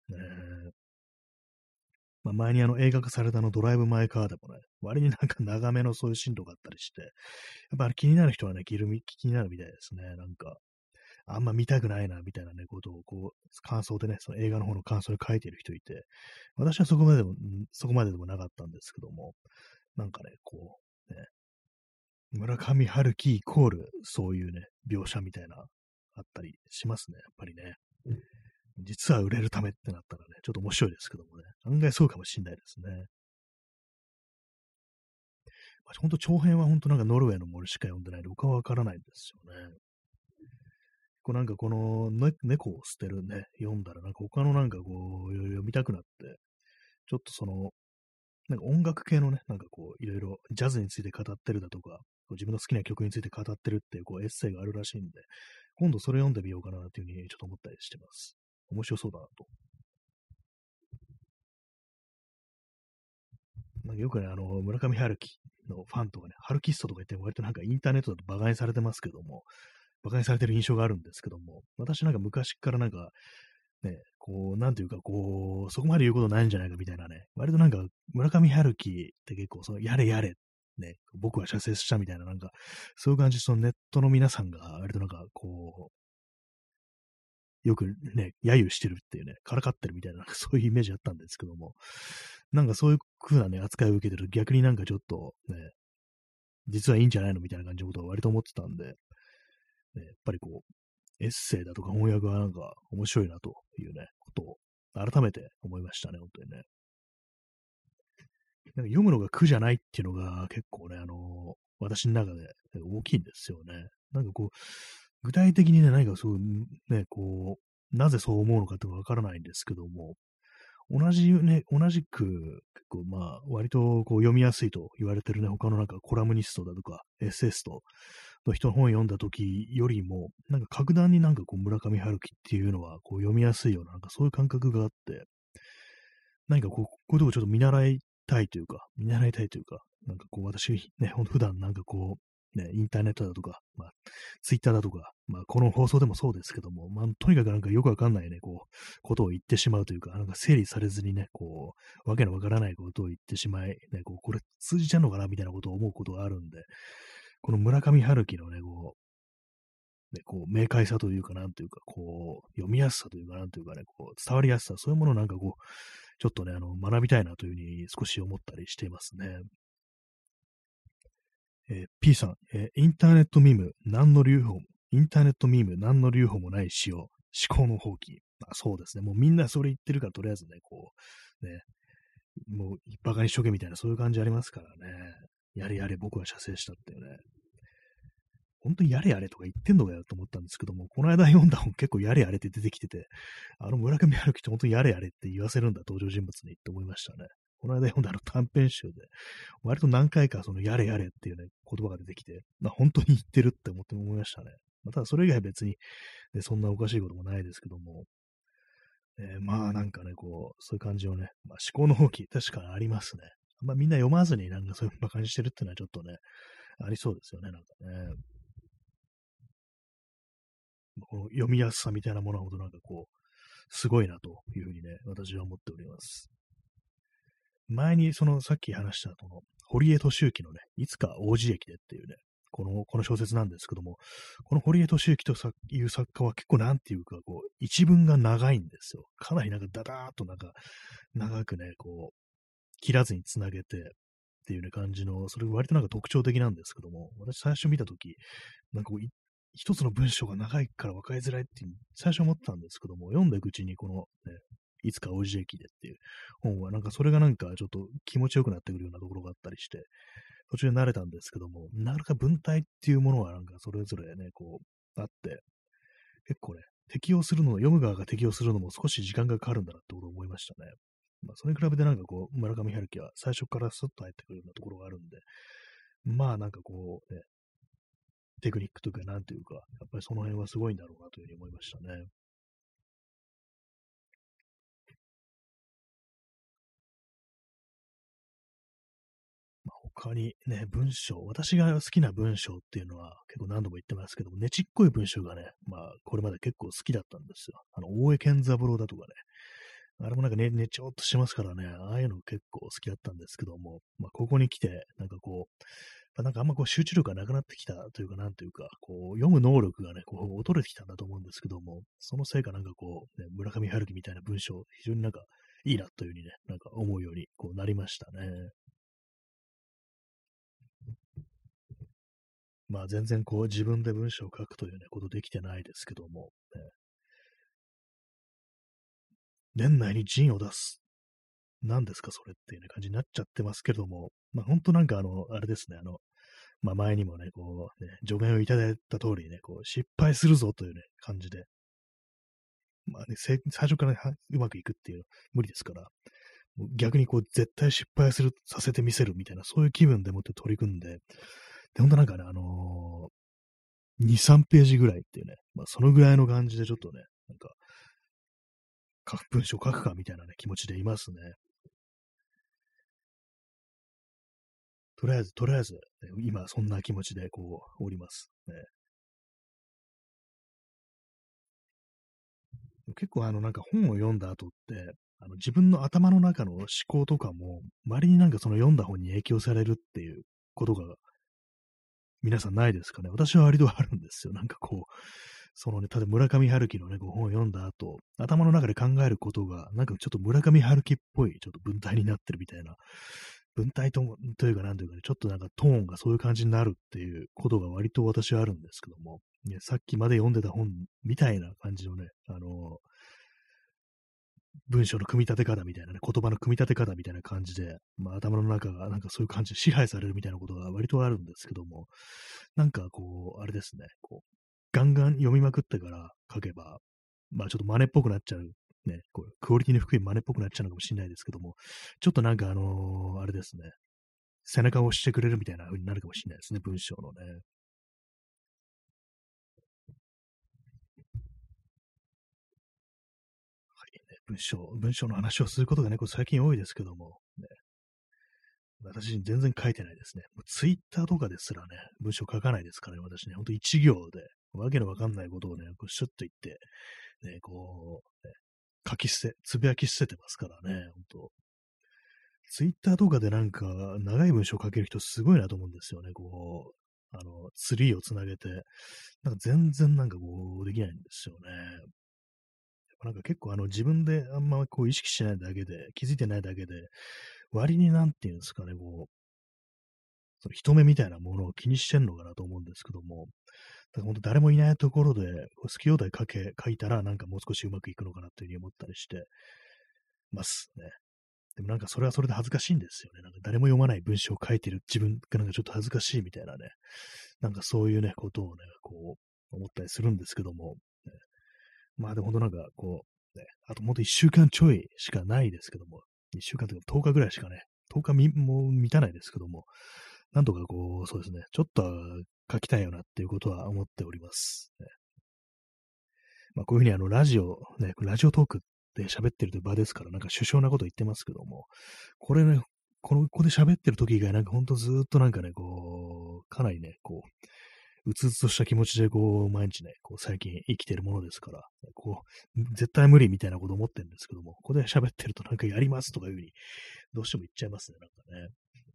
まあ、前に映画化されたドライブ・マイ・カーでもね、割になんか長めのそういうシーンとかあったりして、やっぱり気になる人はね、気になるみたいですね。なんか、あんま見たくないな、みたいなね、ことを、感想でね、その映画の方の感想に書いている人いて、私はそこまででもなかったんですけども、なんかね、 村上春樹イコール、そういうね、描写みたいな、あったりしますね、やっぱりね。実は売れるためってなったらね、ちょっと面白いですけどもね、案外そうかもしんないですね。まあ、ほんと長編はほんとなんかノルウェーの森しか読んでないんで、他はわからないんですよね。なんかこの、猫を捨てるね、読んだらなんか他のなんかこう、いろいろ読みたくなって、ちょっとなんか音楽系のね、なんかこう、いろいろジャズについて語ってるだとか、こう自分の好きな曲について語ってるっていうこうエッセイがあるらしいんで、今度それ読んでみようかなっていうふうにちょっと思ったりしてます。面白そうだなと。なんかよくね、村上春樹のファンとかね、ハルキストとか言って割となんかインターネットだと馬鹿にされてますけども、馬鹿にされてる印象があるんですけども、私なんか昔からなんかね、こう、なんていうか、こう、そこまで言うことないんじゃないかみたいなね、割となんか、村上春樹って結構、やれやれ、ね、僕は射精したみたいな、なんか、そういう感じ、そのネットの皆さんが、割となんか、こう、よくね、揶揄してるっていうね、からかってるみたいな、なんかそういうイメージあったんですけども、なんかそういう風なね、扱いを受けてると逆になんかちょっとね、実はいいんじゃないのみたいな感じのことを割と思ってたんで、ね、やっぱりこう、エッセイだとか翻訳はなんか面白いなというね、ことを改めて思いましたね、本当にね。なんか読むのが苦じゃないっていうのが結構ね、私の中で大きいんですよね。なんかこう、具体的にね、何かそう、ね、こう、なぜそう思うのかってわからないんですけども、同じく、結構まあ、割とこう読みやすいと言われてるね、他のなんかコラムニストだとか、エッセイストの人の本を読んだ時よりも、なんか格段になんかこう村上春樹っていうのはこう読みやすいような、なんかそういう感覚があって、何かこう、こういうとこちょっと見習いたいというか、見習いたいというか、なんかこう私ね、ほんと普段なんかこう、ね、インターネットだとか、まあ、ツイッターだとか、まあ、この放送でもそうですけども、まあ、とにかくなんかよくわかんないね、こう、ことを言ってしまうというか、なんか整理されずにね、こう、わけのわからないことを言ってしまい、ね、こう、これ通じちゃうのかなみたいなことを思うことがあるんで、この村上春樹のね、こう、明快さというか、なんというか、こう、読みやすさというか、なんというかね、こう、伝わりやすさ、そういうものをなんかこう、ちょっとね、学びたいなというふうに少し思ったりしていますね。P さん、インターネットミーム、何の留保も、インターネットミーム、何の留保もない使用、思考の放棄。あ、そうですね。もうみんなそれ言ってるから、とりあえずね、こう、ね、もう、バカにしとけみたいな、そういう感じありますからね。やれやれ、僕は射精したっていうね。本当にやれやれとか言ってんのかよと思ったんですけども、この間読んだ本結構やれやれって出てきてて、村上春樹って本当にやれやれって言わせるんだ、登場人物にって思いましたね。この間読んだ短編集で、割と何回かそのやれやれっていうね、言葉が出てきて、本当に言ってるって思いましたね。ただそれ以外別に、ね、そんなおかしいこともないですけども、まあなんかね、こう、そういう感じをね、まあ、思考の放棄、確かにありますね。まあみんな読まずになんかそういう馬鹿にしてるっていうのはちょっとね、ありそうですよね、なんかね。この読みやすさみたいなものはほどなんかこう、すごいなというふうにね、私は思っております。前にさっき話した堀江敏之のね、いつか王子駅でっていうね、この小説なんですけども、この堀江敏之という作家は結構なんていうか、こう、一文が長いんですよ。かなりなんかダダーっとなんか、長くね、こう、切らずにつなげてっていうね、感じの、それ割となんか特徴的なんですけども、私最初見たとき、なんかこう一つの文章が長いから分かりづらいって最初思ってたんですけども、読んでいくうちにこのね、いつか王子駅でっていう本は、なんかそれがなんかちょっと気持ちよくなってくるようなところがあったりして、途中で慣れたんですけども、なかなか文体っていうものはなんかそれぞれね、こう、あって、結構ね、読む側が適用するのも少し時間がかかるんだなってことを思いましたね。まあ、それに比べてなんかこう、村上春樹は最初からスッと入ってくるようなところがあるんで、まあなんかこう、ね、テクニックというか、なんていうか、やっぱりその辺はすごいんだろうなというふうに思いましたね。まあ、他にね、私が好きな文章っていうのは結構何度も言ってますけども、ねちっこい文章がね、まあ、これまで結構好きだったんですよ。大江健三郎だとかね、あれもなんかねちょっとしますからね、ああいうの結構好きだったんですけども、まあ、ここに来て、なんかこう、なんかあんまこう集中力がなくなってきたというか、なんというか、こう、読む能力がね、こう、衰えてきたんだと思うんですけども、そのせいかなんかこう、ね、村上春樹みたいな文章、非常になんかいいなというふうにね、なんか思うようにこうなりましたね。 まあ全然こう自分で文章を書くというね、ことできてないですけども、年内にジンを出す。何ですかそれっていうね感じになっちゃってますけれども、まあ本当なんかあれですね、まあ前にもね、こうね、助言をいただいた通りね、こう失敗するぞというね、感じで、まあね、最初からうまくいくっていうの無理ですから、もう逆にこう絶対失敗させてみせるみたいな、そういう気分でもって取り組んで、で、本当なんかね、2、3ページぐらいっていうね、まあそのぐらいの感じでちょっとね、なんか、文章書くかみたいなね、気持ちでいますね。とりあえず、今そんな気持ちでこう、おります。ね、結構なんか本を読んだ後って、自分の頭の中の思考とかも、周りになんかその読んだ本に影響されるっていうことが皆さんないですかね。私は割とあるんですよ。なんかこう、そのね、例えば村上春樹のね、こう本を読んだ後、頭の中で考えることが、なんかちょっと村上春樹っぽい、ちょっと文体になってるみたいな、文体というか、なんというかね、ちょっとなんかトーンがそういう感じになるっていうことが割と私はあるんですけども、ね、さっきまで読んでた本みたいな感じのね、文章の組み立て方みたいなね、言葉の組み立て方みたいな感じで、まあ頭の中がなんかそういう感じで支配されるみたいなことが割とあるんですけども、なんかこう、あれですね、こう、ガンガン読みまくってから書けば、まあちょっと真似っぽくなっちゃう、ね、こう、クオリティの低い真似っぽくなっちゃうのかもしれないですけども、ちょっとなんかあれですね、背中を押してくれるみたいな風になるかもしれないですね、文章のね。はいね、文章の話をすることがね、こう最近多いですけども、ね、私全然書いてないですね。ツイッターとかですらね、文章書かないですからね、私ね、ほんと一行で、わけのわかんないことをね、こうシュッと言って、ね、こう、ね、つぶやき捨ててますからね、ほんと。ツイッターとかでなんか、長い文章を書ける人すごいなと思うんですよね、こう、ツリーをつなげて、なんか全然なんかこう、できないんですよね。なんか結構自分であんまこう意識しないだけで、気づいてないだけで、割になんていうんですかね、こう、その人目みたいなものを気にしてんのかなと思うんですけども、だから本当誰もいないところで、こう好き放題書いたら、なんかもう少しうまくいくのかなというふうに思ったりしてますね。でもなんかそれはそれで恥ずかしいんですよね。なんか誰も読まない文章を書いてる自分がなんかちょっと恥ずかしいみたいなね。なんかそういうね、ことをね、こう思ったりするんですけども、ね、まあでも本当なんかこう、ね、あと本当1週間ちょいしかないですけども、1週間というか10日ぐらいしかね、10日もう満たないですけども、なんとかこう、そうですね、ちょっとは書きたいよなっていうことは思っております。ね、まあ、こういうふうにラジオトークで喋ってるという場ですから、なんか首相なこと言ってますけども、これね、ここで喋ってる時以外、なんかほんとずーっとなんかね、こう、かなりね、こう、うつうつとした気持ちで、こう、毎日ね、こう、最近生きてるものですから、こう、絶対無理みたいなこと思ってるんですけども、ここで喋ってるとなんかやりますとかいうふうに、どうしても言っちゃいますね、なんかね。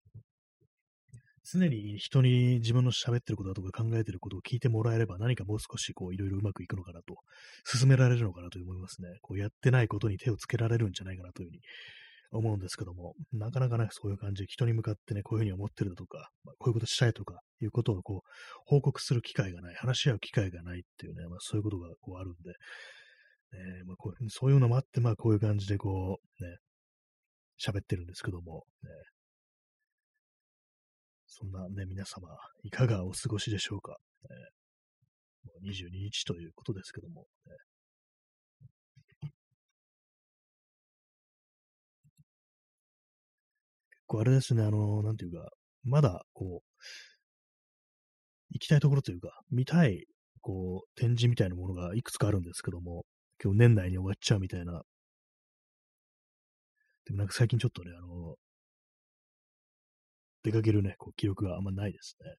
常に人に自分の喋ってることだとか考えてることを聞いてもらえれば何かもう少しこういろいろうまくいくのかなと、進められるのかなと思いますね。こうやってないことに手をつけられるんじゃないかなというふうに思うんですけども、なかなかね、そういう感じで人に向かってね、こういうふうに思ってるだとか、まあ、こういうことしたいとかいうことをこう報告する機会がない、話し合う機会がないっていうね、まあ、そういうことがこうあるんで、まあ、そういうのもあって、まあこういう感じでこう、ね、喋ってるんですけども、ね、そんなね、皆様、いかがお過ごしでしょうか。もう22日ということですけども、こうあれですね、なんていうか、まだこう、行きたいところというか、見たい、こう、展示みたいなものがいくつかあるんですけども、今日年内に終わっちゃうみたいな。でもなんか最近ちょっとね、出かけるね、こう、記憶があんまないですね。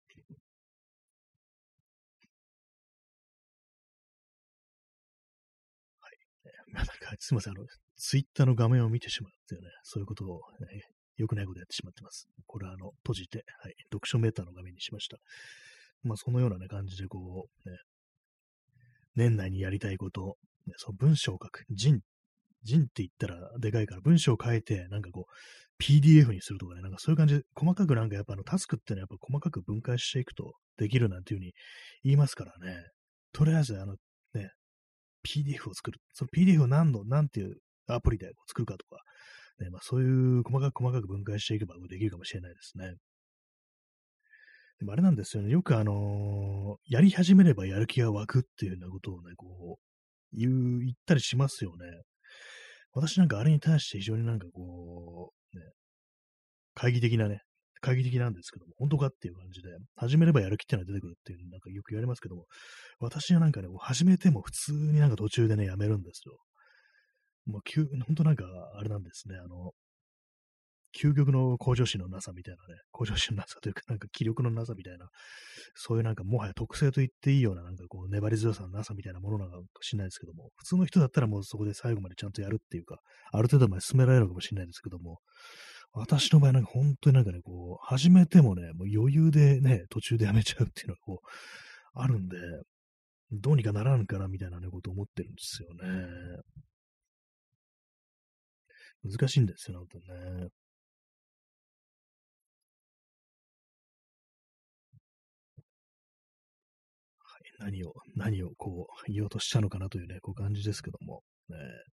まあ、なんか、すいません、ツイッターの画面を見てしまうっていうね、そういうことを、ね、良くないことやってしまってます。これは閉じて、はい、読書メーターの画面にしました。まあ、そのようなね、感じで、こう、ね、年内にやりたいこと、ね、その文章を書く、人人って言ったらでかいから文章を書いて、なんかこう、PDF にするとかね、なんかそういう感じで、細かくなんかやっぱタスクってのはやっぱ細かく分解していくとできるなんていうふうに言いますからね。とりあえずね、PDF を作る。その PDF をなんていうアプリでこう作るかとか、ね、まあそういう細かく分解していけばできるかもしれないですね。でもあれなんですよね。よくやり始めればやる気が湧くっていうようなことをね、こう、言ったりしますよね。私なんかあれに対して非常になんかこう、ね、懐疑的なんですけども、本当かっていう感じで、始めればやる気っていうのは出てくるっていう、なんかよく言われますけども、私はなんかね、始めても普通になんか途中でね、やめるんですよ。もう本当なんか、あれなんですね、究極の向上心のなさみたいなね、向上心のなさというか、なんか気力のなさみたいな、そういうなんかもはや特性と言っていいような、なんかこう、粘り強さのなさみたいなものなのかもしれないですけども、普通の人だったらもうそこで最後までちゃんとやるっていうか、ある程度まで進められるのかもしれないですけども、私の場合なんか本当になんかね、こう、始めてもね、もう余裕でね、途中でやめちゃうっていうのがこう、あるんで、どうにかならんかなみたいなね、ことを思ってるんですよね。難しいんですよね、本当にね。何をこう、言おうとしたのかなというね、こう感じですけども。ね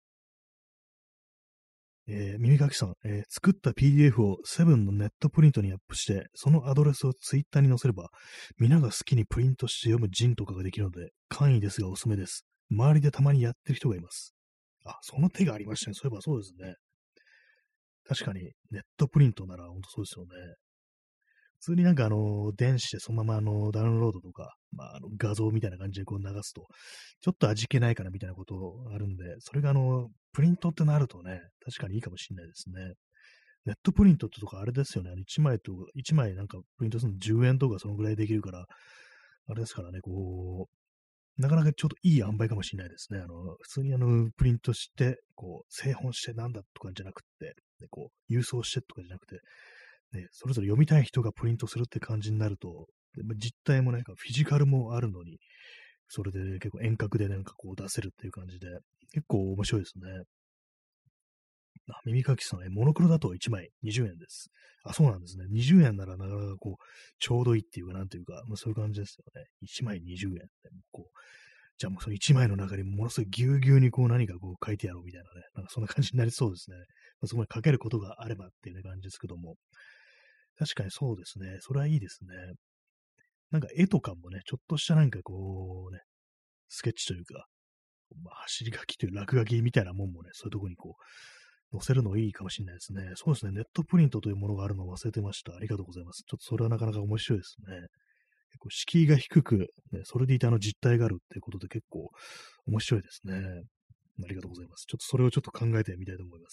耳かきさん、作った PDF をセブンのネットプリントにアップして、そのアドレスをツイッターに載せれば、皆が好きにプリントして読むジンとかができるので、簡易ですがおすすめです。周りでたまにやってる人がいます。あ、その手がありましたね。そういえばそうですね。確かに、ネットプリントなら本当そうですよね。普通になんか電子でそのままダウンロードとか、まあ、画像みたいな感じでこう流すと、ちょっと味気ないかなみたいなことあるんで、それがプリントってなるとね、確かにいいかもしれないですね。ネットプリントってとかあれですよね。1枚1枚なんかプリントするの10円とかそのぐらいできるから、あれですからね、こう、なかなかちょっといい塩梅かもしれないですね。普通にプリントして、こう、製本してなんだとかじゃなくて、でこう、郵送してとかじゃなくて、ね、それぞれ読みたい人がプリントするって感じになると、でま実体もなんかフィジカルもあるのに、それで結構遠隔でなんかこう出せるっていう感じで、結構面白いですね。あ、耳かきさん、モノクロだと1枚20円です。あ、そうなんですね。20円ならなかなかこう、ちょうどいいっていうか、なんていうか、まあ、そういう感じですよね。1枚20円で、こう、じゃあもうその1枚の中にものすごいぎゅうぎゅうにこう何かこう書いてやろうみたいなね、なんかそんな感じになりそうですね。まあ、そこに書けることがあればっていうね感じですけども、確かにそうですね。それはいいですね。なんか絵とかもね、ちょっとしたなんかこうね、スケッチというか、まあ、走り書きという落書きみたいなもんもね、そういうとこにこう、載せるのいいかもしれないですね。そうですね。ネットプリントというものがあるのを忘れてました。ありがとうございます。ちょっとそれはなかなか面白いですね。結構敷居が低く、ね、それでいて実体があるっていうことで結構面白いですね。ありがとうございます。ちょっとそれをちょっと考えてみたいと思います。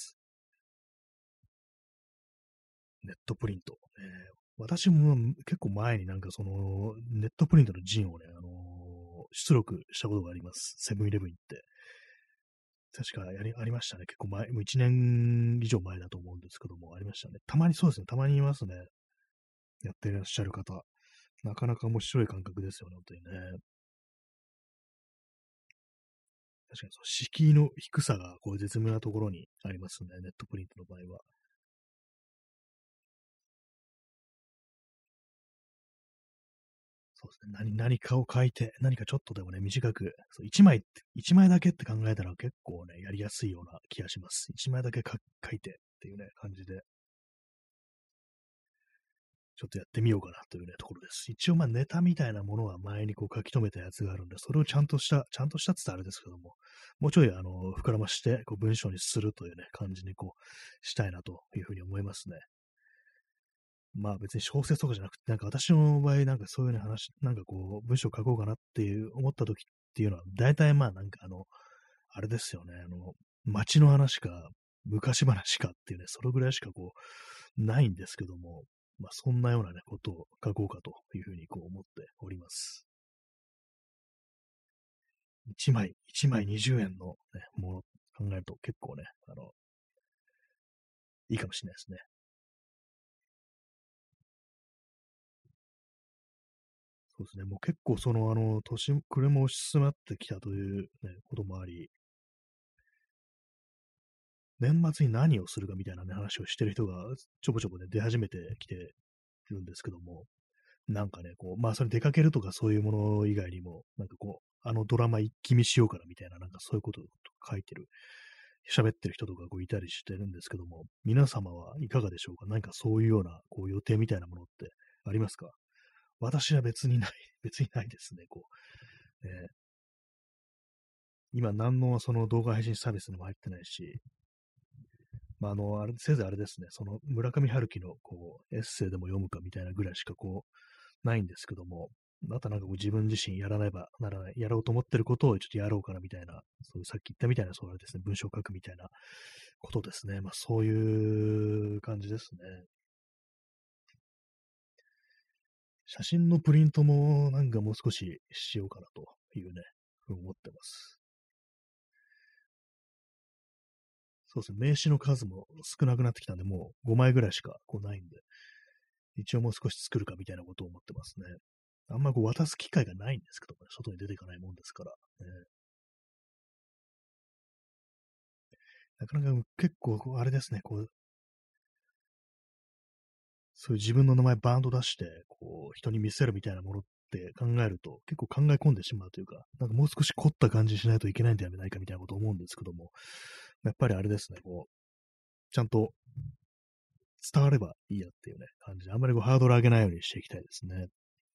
ネットプリント。私も結構前になんかその、ネットプリントのジンをね、出力したことがあります。セブンイレブン行って。確かありましたね。結構前、もう1年以上前だと思うんですけども、ありましたね。たまにそうですね。たまにいますね。やっていらっしゃる方。なかなか面白い感覚ですよね、本当にね。確かにその敷居の低さがこう絶妙なところにありますね。ネットプリントの場合は。そうですね。何かを書いて、何かちょっとでもね、短く、そう1枚だけって考えたら結構ね、やりやすいような気がします。1枚だけ書いてっていうね、感じで、ちょっとやってみようかなというね、ところです。一応まあネタみたいなものは前にこう書き留めたやつがあるんで、それをちゃんとしたって言ったらあれですけども、もうちょい膨らまして、こう文章にするというね、感じにこう、したいなというふうに思いますね。まあ別に小説とかじゃなくて、なんか私の場合、なんかそういうね話、なんかこう、文章書こうかなっていう思った時っていうのは、大体まあなんかあれですよね、街の話か、昔話かっていうね、それぐらいしかこう、ないんですけども、まあそんなようなね、ことを書こうかというふうにこう思っております。1枚20円のね、もの考えると結構ね、いいかもしれないですね。そうですね。もう結構車も押し進まってきたというね、こともあり、 年末に何をするかみたいなね、話をしてる人がちょこちょこね、出始めてきてるんですけども、なんかね、こう、まあ、それ出かけるとかそういうもの以外にも、なんかこう、あのドラマ一気見しようかなみたいな、なんかそういうことを書いてる、喋ってる人とかこういたりしてるんですけども、皆様はいかがでしょうか？何かそういうような、こう、予定みたいなものってありますか？私は別にない、別にないですね、こう。今何のその動画配信サービスにも入ってないし、まあ、あれ、せいぜいあれですね、その村上春樹のこう、エッセイでも読むかみたいなぐらいしかこう、ないんですけども、あとなんかこう自分自身やらねばならない、やろうと思ってることをちょっとやろうかなみたいな、そういうさっき言ったみたいな、そうですね、文章を書くみたいなことですね。まあそういう感じですね。写真のプリントもなんかもう少ししようかなというね、ふうに思ってます。そうですね、名刺の数も少なくなってきたんで、もう5枚ぐらいしかこうないんで、一応もう少し作るかみたいなことを思ってますね。あんまこう渡す機会がないんですけどもね、外に出ていかないもんですから。なかなか結構こうあれですね、こう、そういう自分の名前バーンと出して、こう、人に見せるみたいなものって考えると、結構考え込んでしまうというか、なんかもう少し凝った感じにしないといけないんではないかみたいなことを思うんですけども、やっぱりあれですね、こう、ちゃんと伝わればいいやっていうね、感じで、あんまりこうハードル上げないようにしていきたいですね。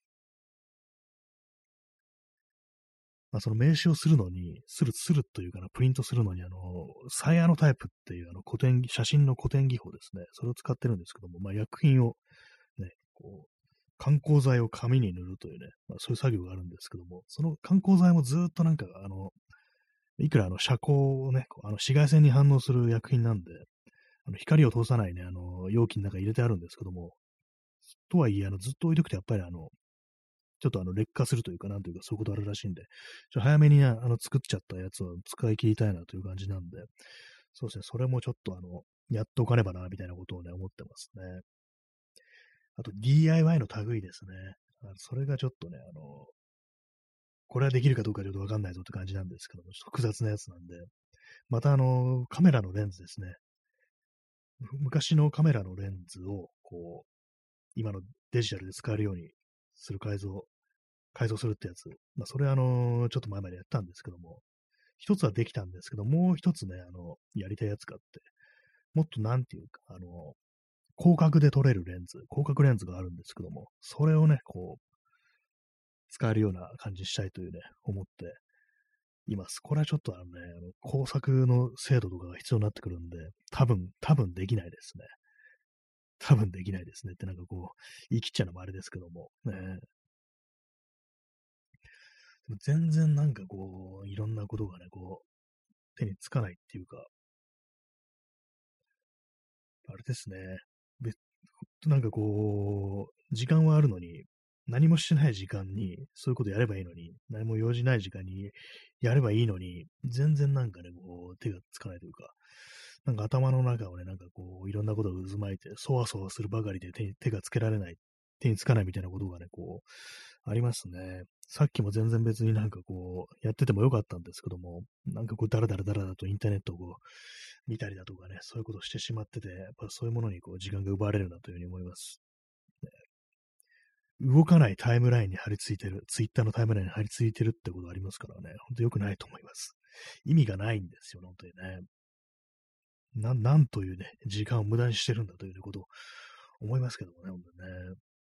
まあ、その名刺をするのに、するというかな、プリントするのに、サイヤのタイプっていう写真の古典技法ですね。それを使ってるんですけども、まあ、薬品をね、こう、観光剤を紙に塗るというね、まあ、そういう作業があるんですけども、その観光剤もずっとなんか、いくら遮光をね、こう紫外線に反応する薬品なんで、光を通さないね、容器の中に入れてあるんですけども、とはいえ、ずっと置いとくとやっぱりちょっと劣化するというか、なんというか、そういうことあるらしいんで、早めにね、作っちゃったやつを使い切りたいなという感じなんで、そうですね、それもちょっとやっておかねばな、みたいなことをね、思ってますね。あと DIY の類ですね。それがちょっとね、これはできるかどうかちょっとわかんないぞって感じなんですけども、ちょっと複雑なやつなんで、またカメラのレンズですね。昔のカメラのレンズを、こう、今のデジタルで使えるようにする改造するってやつ。まあ、それちょっと前までやったんですけども、一つはできたんですけど、もう一つね、やりたいやつがあって、もっとなんていうか、広角で撮れるレンズ、広角レンズがあるんですけども、それをね、こう、使えるような感じにしたいというね、思っています。これはちょっと工作の精度とかが必要になってくるんで、多分できないですね。多分できないですねってなんかこう、言い切っちゃうのもあれですけども、ね。でも全然なんかこう、いろんなことがね、こう、手につかないっていうか、あれですね。べなんかこう、時間はあるのに、何もしてない時間に、そういうことやればいいのに、何も用事ない時間にやればいいのに、全然なんかね、こう、手がつかないというか、なんか頭の中をね、なんかこう、いろんなことが渦巻いて、そわそわするばかりで手がつけられない、手につかないみたいなことがね、こう、ありますね。さっきも全然別になんかこう、やっててもよかったんですけども、なんかこう、だらだらとインターネットをこう、見たりだとかね、そういうことをしてしまってて、やっぱそういうものにこう、時間が奪われるなというふうに思います。動かないタイムラインに貼り付いてる、ツイッターのタイムラインに貼り付いてるってことありますからね、ほんと良くないと思います。意味がないんですよ、本当にね。なんというね、時間を無駄にしてるんだということを思いますけどもね、本当にね。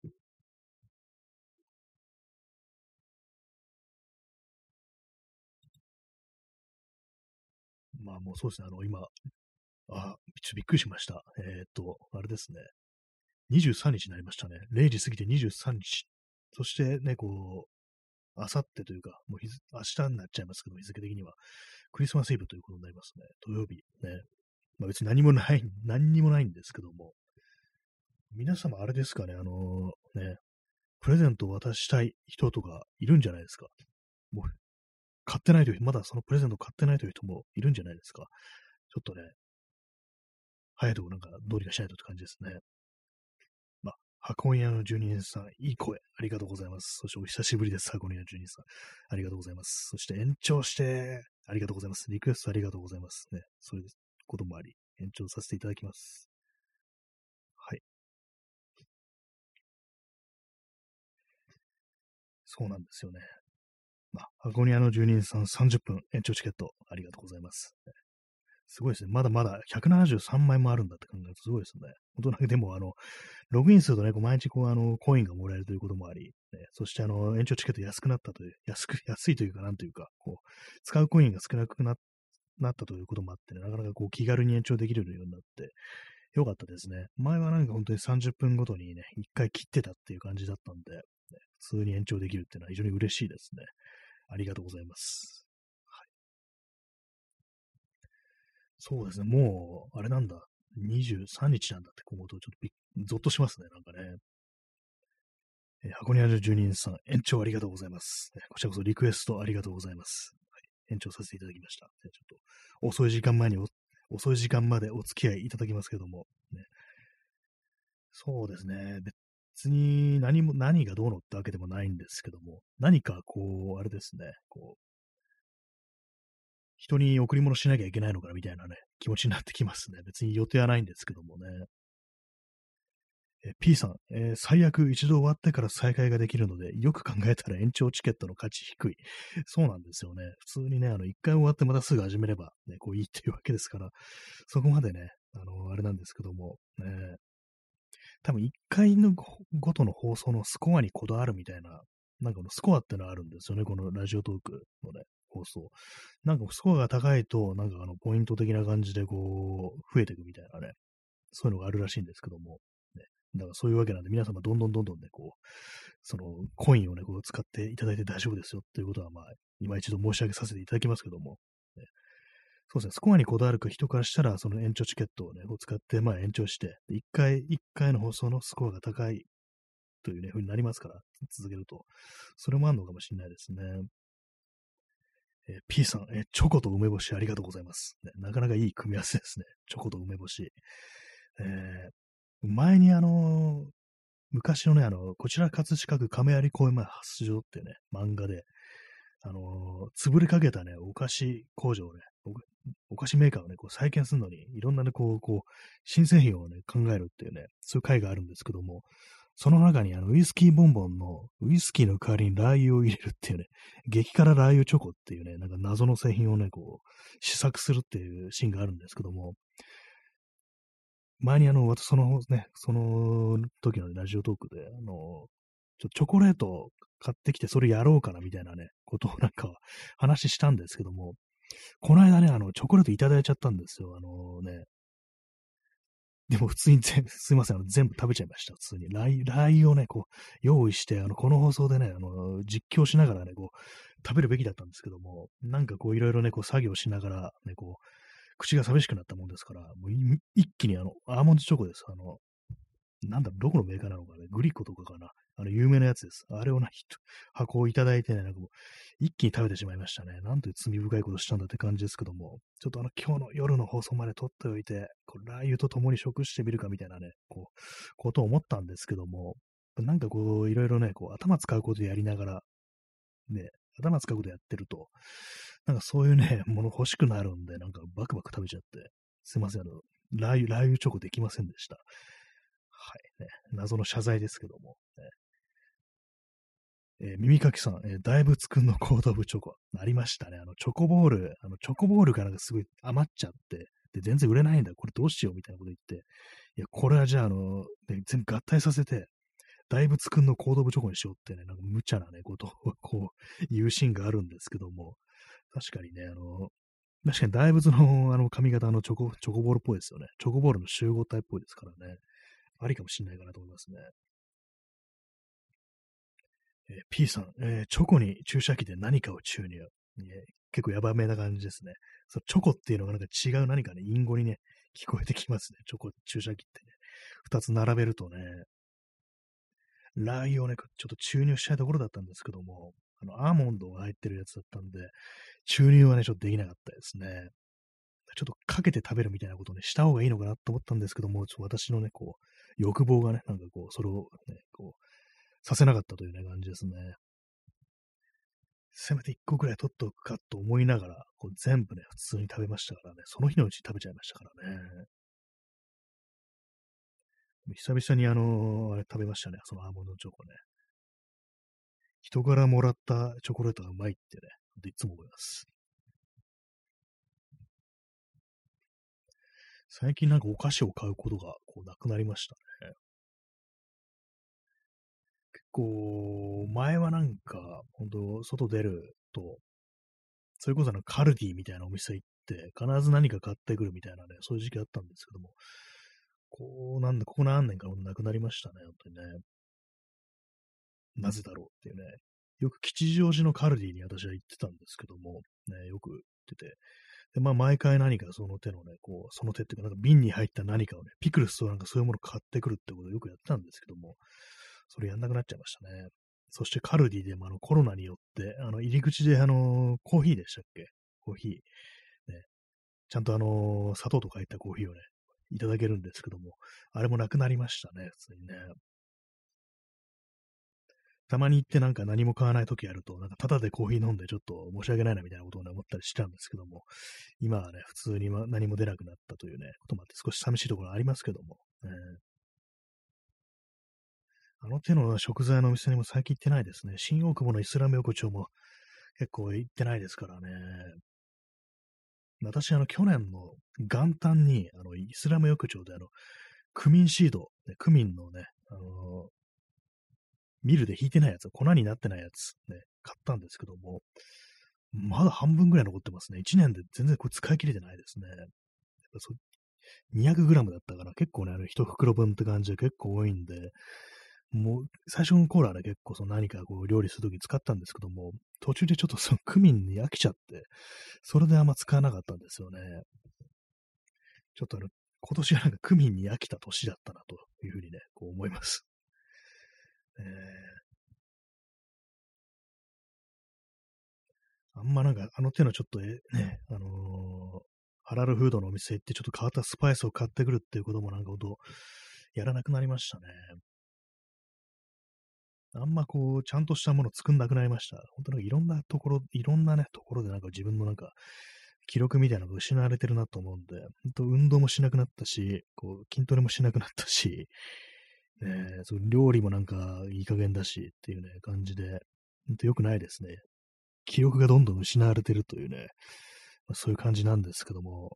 まあもうそうですね、今、ちょっとびっくりしました。あれですね。23日にちになりましたね。0時過ぎて23日。そしてね、こう、あさってというか、もう明日になっちゃいますけど、日付的には、クリスマスイブということになりますね。土曜日。ね。まあ別に何にもないんですけども、皆様あれですかね、ね、プレゼントを渡したい人とかいるんじゃないですか。もう買ってないという、まだそのプレゼント買ってないという人もいるんじゃないですか。ちょっとね、早いとこなんかどうにかしないとって感じですね。まあ、箱根屋の住人さん、いい声、ありがとうございます。そしてお久しぶりです、箱根屋の住人さん。ありがとうございます。そして延長して、ありがとうございます。リクエストありがとうございます。ね、それです。 こともあり、延長させていただきます。はい。そうなんですよね。まあ、箱庭の住人さん30分延長チケットありがとうございます。すごいですね。まだまだ173枚もあるんだって考えるとすごいですね。本当なんかでもログインするとね、こう毎日コインがもらえるということもあり、ね、そして延長チケット安くなったという、安いというか、なんというか、使うコインが少なくなったということもあってね、なかなか気軽に延長できるようになって、よかったですね。前はなんか本当に30分ごとにね、1回切ってたっていう感じだったんで、ね、普通に延長できるっていうのは非常に嬉しいですね。ありがとうございます。はい、そうですね、もう、あれなんだ、23日なんだって思うと、ちょっとゾッとしますね、なんかね。箱根ある住人さん、延長ありがとうございます。こちらこそリクエストありがとうございます。はい、延長させていただきました。ちょっと遅い時間前に遅い時間までお付き合いいただきますけども、ね、そうですね。別に何がどうのってわけでもないんですけども、何かあれですね、人に贈り物しなきゃいけないのかなみたいなね、気持ちになってきますね。別に予定はないんですけどもね。P さん、最悪一度終わってから再開ができるので、よく考えたら延長チケットの価値低い。そうなんですよね。普通にね、一回終わってまたすぐ始めれば、ね、いいっていうわけですから、そこまでね、あれなんですけども、ね、多分一回のごとの放送のスコアにこだわるみたいな、なんかスコアってのあるんですよね、このラジオトークのね、放送。なんかスコアが高いと、なんかポイント的な感じで増えていくみたいなね、そういうのがあるらしいんですけども、ね、だからそういうわけなんで、皆様どんどんどんどんね、そのコインをね、使っていただいて大丈夫ですよっていうことは、まあ、今一度申し上げさせていただきますけども、ね、そうですね、スコアにこだわる人からしたら、その延長チケットをね、使って、まあ延長して、一回の放送のスコアが高いというね、風になりますから、続けると。それもあるのかもしれないですね。P さん、チョコと梅干しありがとうございます。ね、なかなかいい組み合わせですね。チョコと梅干し。前に昔のね、こちら葛飾区亀有公園前発祥っていうね、漫画で、潰れかけたね、お菓子工場をね、お菓子メーカーをね、再建するのに、いろんなね、新製品をね、考えるっていうね、そういう回があるんですけども、その中にウイスキーボンボンのウイスキーの代わりにラー油を入れるっていうね、激辛ラー油チョコっていうね、なんか謎の製品をね、試作するっていうシーンがあるんですけども、前に私その時の、ね、ラジオトークで、チョコレートを買ってきてそれやろうかなみたいなね、ことをなんか話したんですけども、この間ね、チョコレートいただいちゃったんですよ。でも普通にすいません、全部食べちゃいました。普通に。ラー油をね、用意して、この放送でね、実況しながらね、食べるべきだったんですけども、なんかいろいろね、作業しながら、ね、口が寂しくなったもんですから、もう一気にアーモンドチョコです。なんだろ、どこのメーカーなのかね、グリコとかかな。有名なやつです。あれを箱をいただいてね、なんかもう、一気に食べてしまいましたね。なんという罪深いことしたんだって感じですけども、ちょっと今日の夜の放送まで撮っておいて、ラー油と共に食してみるかみたいなね、ことを思ったんですけども、なんかいろいろね、頭使うことやりながら、ね、頭使うことやってると、なんかそういうね、もの欲しくなるんで、なんかバクバク食べちゃって、すいません、ラー油チョコできませんでした。はい、ね。謎の謝罪ですけども。耳かきさん、大仏くんのコードオブチョコ。ありましたね。チョコボールがなんかすごい余っちゃって、で、全然売れないんだ。これどうしようみたいなこと言って、いや、これはじゃあ、ね、全部合体させて、大仏くんのコードオブチョコにしようってね、なんか無茶なね、ことを言うシーンがあるんですけども、確かにね、確かに大仏の髪型のチョコボールっぽいですよね。チョコボールの集合体っぽいですからね。ありかもしんないかなと思いますね。P さん、チョコに注射器で何かを注入。結構ヤバめな感じですね。チョコっていうのがなんか違う何かね、隠語にね、聞こえてきますね。チョコ、注射器ってね。二つ並べるとね、ラー油をね、ちょっと注入したいところだったんですけども、アーモンドが入ってるやつだったんで、注入はね、ちょっとできなかったですね。ちょっとかけて食べるみたいなことをね、した方がいいのかなと思ったんですけども、ちょっと私のね、欲望がね、なんかそれをね、させなかったというね、感じですね。 せめて1個ぐらい取っておくかと思いながら、こう全部ね、普通に食べましたからね、その日のうちに食べちゃいましたからね。久々にあれ食べましたね、そのアーモンドチョコね。人からもらったチョコレートがうまいってね、いつも思います。最近なんかお菓子を買うことがこうなくなりましたね。結構、前はなんか、本当外出ると、それこそカルディみたいなお店行って、必ず何か買ってくるみたいなね、そういう時期あったんですけども、ここ何年かなくなりましたね、本当にね。なぜだろうっていうね。よく吉祥寺のカルディに私は行ってたんですけども、ね、よく行ってて、で、まあ、毎回何かその手のね、こう、その手っていうか、なんか瓶に入った何かをね、ピクルスとなんかそういうものを買ってくるってことをよくやってたんですけども、それやんなくなっちゃいましたね。そしてカルディでもコロナによって、入り口でコーヒーでしたっけコーヒー、ね、ちゃんと砂糖とか入ったコーヒーをね、いただけるんですけども、あれもなくなりましたね、普通にね。たまに行ってなんか何も買わない時あると、なんかタダでコーヒー飲んでちょっと申し訳ないなみたいなことをね、思ったりしたんですけども、今はね、普通に何も出なくなったというね、こともあって少し寂しいところありますけども、あの手の食材のお店にも最近行ってないですね。新大久保のイスラム横丁も結構行ってないですからね。私、去年の元旦に、イスラム横丁で、クミンシード、ね、クミンのね、ミルで引いてないやつ、粉になってないやつ、ね、買ったんですけども、まだ半分ぐらい残ってますね。1年で全然これ使い切れてないですね。やっぱ200グラムだったから、結構ね、1袋分って感じで結構多いんで、もう、最初の頃はね、結構何かこう料理するときに使ったんですけども、途中でちょっとそのクミンに飽きちゃって、それであんま使わなかったんですよね。ちょっと今年はなんかクミンに飽きた年だったなというふうにね、こう思います。あんまなんかあの手のちょっとね、ハラルフードのお店行ってちょっと変わったスパイスを買ってくるっていうこともなんかほんとやらなくなりましたね。あんまこう、ちゃんとしたもの作んなくなりました。本当なんかいろんなところ、いろんなね、ところでなんか自分のなんか、記録みたいなのが失われてるなと思うんで、本当運動もしなくなったし、こう、筋トレもしなくなったし、そう料理もなんかいい加減だしっていうね、感じで、本当良くないですね。記憶がどんどん失われてるというね、そういう感じなんですけども、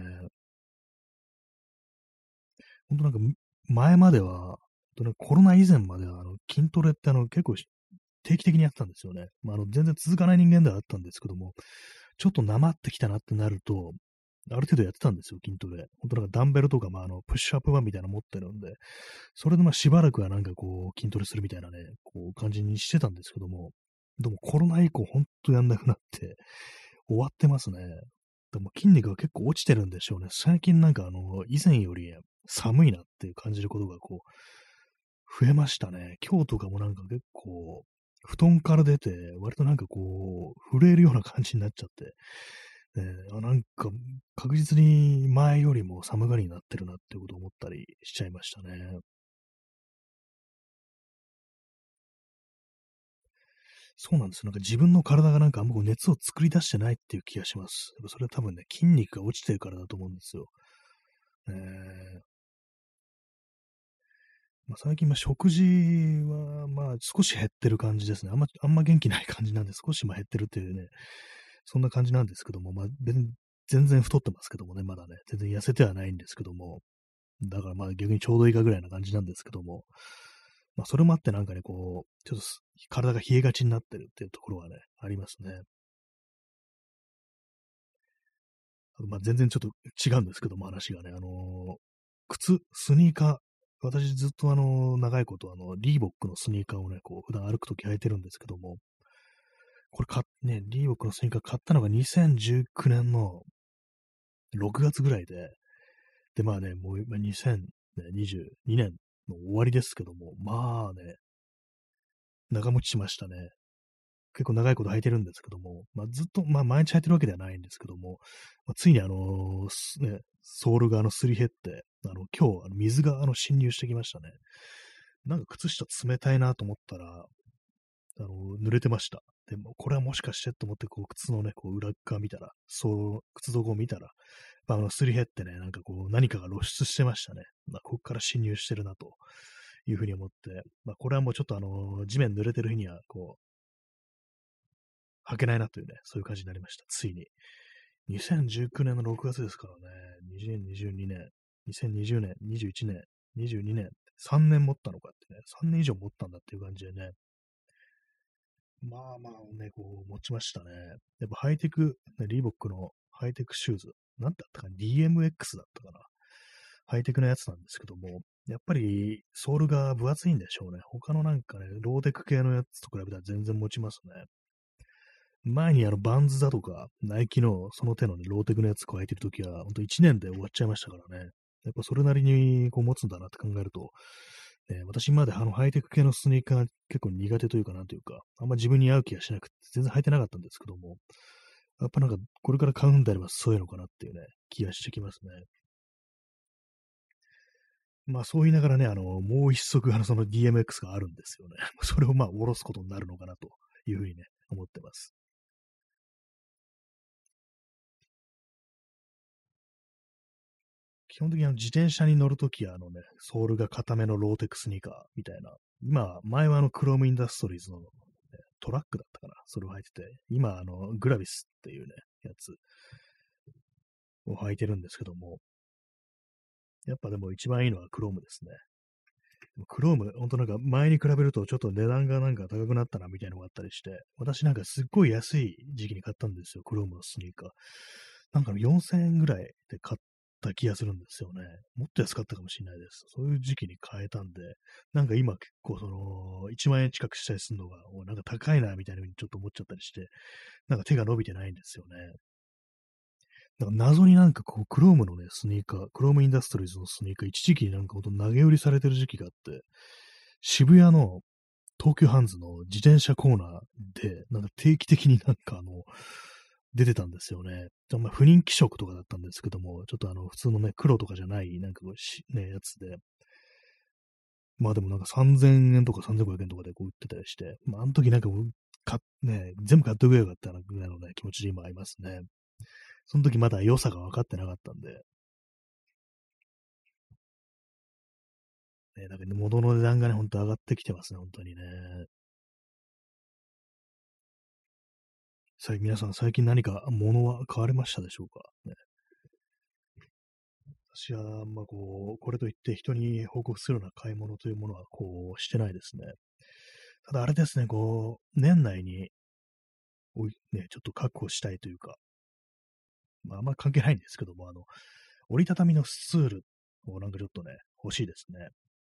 本当なんか前までは、コロナ以前までは筋トレって結構定期的にやってたんですよね。全然続かない人間ではあったんですけども、ちょっとなまってきたなってなると、ある程度やってたんですよ、筋トレ。本当なんかダンベルとか、プッシュアップバーみたいなの持ってるんで、それでしばらくはなんかこう、筋トレするみたいなね、こう、感じにしてたんですけども、でもコロナ以降、ほんとやんなくなって、終わってますね。でも筋肉が結構落ちてるんでしょうね。最近なんか以前より寒いなっていう感じることがこう、増えましたね。今日とかもなんか結構、布団から出て、割となんかこう、震えるような感じになっちゃって、なんか確実に前よりも寒がりになってるなっていうことを思ったりしちゃいましたね。そうなんですよ。なんか自分の体がなんかあんまこう熱を作り出してないっていう気がします。やっぱそれは多分ね、筋肉が落ちてるからだと思うんですよ。えー最近、食事は、少し減ってる感じですね。あんま元気ない感じなんで、少し減ってるっていうね、そんな感じなんですけども、別に全然太ってますけどもね、まだね、全然痩せてはないんですけども、だから逆にちょうどいいかぐらいな感じなんですけども、それもあってなんかね、こう、ちょっと体が冷えがちになってるっていうところはね、ありますね。全然ちょっと違うんですけども、話がね、スニーカー、私ずっと長いことリーボックのスニーカーをね、こう、普段歩くとき履いてるんですけども、これリーボックのスニーカー買ったのが2019年の6月ぐらいで、で、もう今2022年の終わりですけども、長持ちしましたね。結構長いこと履いてるんですけども、ずっと、毎日履いてるわけではないんですけども、ついにソールがすり減って、今日、水が侵入してきましたね。なんか靴下冷たいなと思ったら、濡れてました。 でも、これはもしかしてと思って、こう、靴のね、こう、裏側見たら、そう、靴底を見たら、すり減ってね、なんかこう、何かが露出してましたね。ここから侵入してるな、というふうに思って、これはもうちょっと地面濡れてる日には、こう、履けないなというね、そういう感じになりました。ついに。2019年の6月ですからね、2022年、2020年、21年、22年、3年持ったのかってね、3年以上持ったんだっていう感じでね、ね、こう、持ちましたね。やっぱハイテク、ね、リーボックのハイテクシューズ、なんだったかな、DMX だったかな。ハイテクなやつなんですけども、やっぱりソールが分厚いんでしょうね。他のなんかね、ローテク系のやつと比べたら全然持ちますね。前にバンズだとか、ナイキのその手のね、ローテクのやつ加えてるときは、ほんと1年で終わっちゃいましたからね。やっぱそれなりにこう持つんだなって考えると、私今までハイテク系のスニーカー結構苦手というかなんというか、あんま自分に合う気がしなくて全然履いてなかったんですけども、やっぱなんかこれから買うんであればそういうのかなっていうね、気がしてきますね。そう言いながらね、もう一足その DMX があるんですよね。それを下ろすことになるのかなというふうにね、思ってます。基本的に自転車に乗るときはね、ソールが固めのローテクスニーカーみたいな。前はクロームインダストリーズの、ね、トラックだったかな。それを履いてて、今グラビスっていうね、やつを履いてるんですけども、やっぱでも一番いいのはクロームですね。クローム、ほんとなんか前に比べるとちょっと値段がなんか高くなったなみたいなのがあったりして、私なんかすっごい安い時期に買ったんですよ、クロームのスニーカー。なんか4000円ぐらいで買った気がするんですよね。もっと安かったかもしれないです。そういう時期に買えたんで、なんか今結構1万円近くしたりするのが、なんか高いなみたいな風にちょっと思っちゃったりして、なんか手が伸びてないんですよね。なんか謎になんかこう、クロームのね、スニーカー、クロームインダストリーズのスニーカー、一時期になんかほんと投げ売りされてる時期があって、渋谷の東急ハンズの自転車コーナーで、なんか定期的になんか出てたんですよね。不人気色とかだったんですけども、ちょっと普通のね、黒とかじゃない、なんかこうね、やつで、でもなんか3000円とか3500円とかでこう売ってたりして、あの時なんかもう、全部買っておけばよかったなぐらいのね、気持ちで今ありますね。その時まだ良さが分かってなかったんで、なんかね、物の値段がね、ほんと上がってきてますね、本当にね。皆さん最近何か物は買われましたでしょうかね。私は、これといって人に報告するような買い物というものは、してないですね。ただあれですね、年内に、ちょっと確保したいというか、あんま関係ないんですけども、折りたたみのスツールをなんかちょっとね、欲しいですね。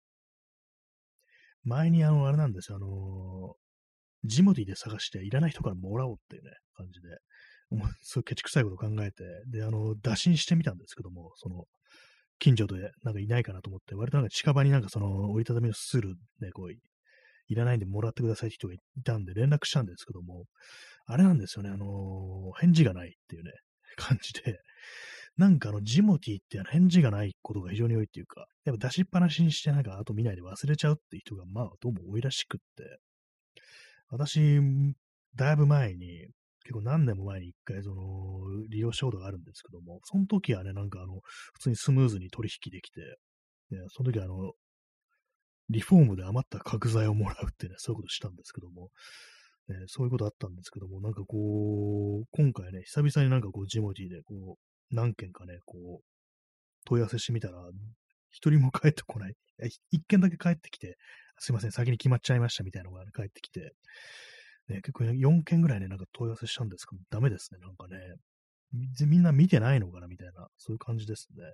前にあれなんですよ、ジモティーで探していらない人からもらおうっていうね、感じで、そういうケチくさいことを考えて、で、打診してみたんですけども、近所でなんかいないかなと思って、割となんか近場になんか折りたたみのスツールね、いらないんでもらってくださいって人がいたんで連絡したんですけども、あれなんですよね、返事がないっていうね、感じで、なんかジモティーって返事がないことが非常に多いっていうか、やっぱ出しっぱなしにしてなんかあと見ないで忘れちゃうっていう人がどうも多いらしくって、私、だいぶ前に、結構何年も前に一回利用したことがあるんですけども、その時はね、なんか普通にスムーズに取引できて、その時リフォームで余った角材をもらうってね、そういうことしたんですけども、そういうことあったんですけども、なんか今回ね、久々になんかジモティーで何件かね、問い合わせしてみたら、一人も帰ってこない。一件だけ帰ってきて、すいません、先に決まっちゃいましたみたいなのが、ね、帰ってきて、結構4件ぐらいね、なんか問い合わせしたんですけど、ダメですね、なんかね。みんな見てないのかなみたいな、そういう感じですね。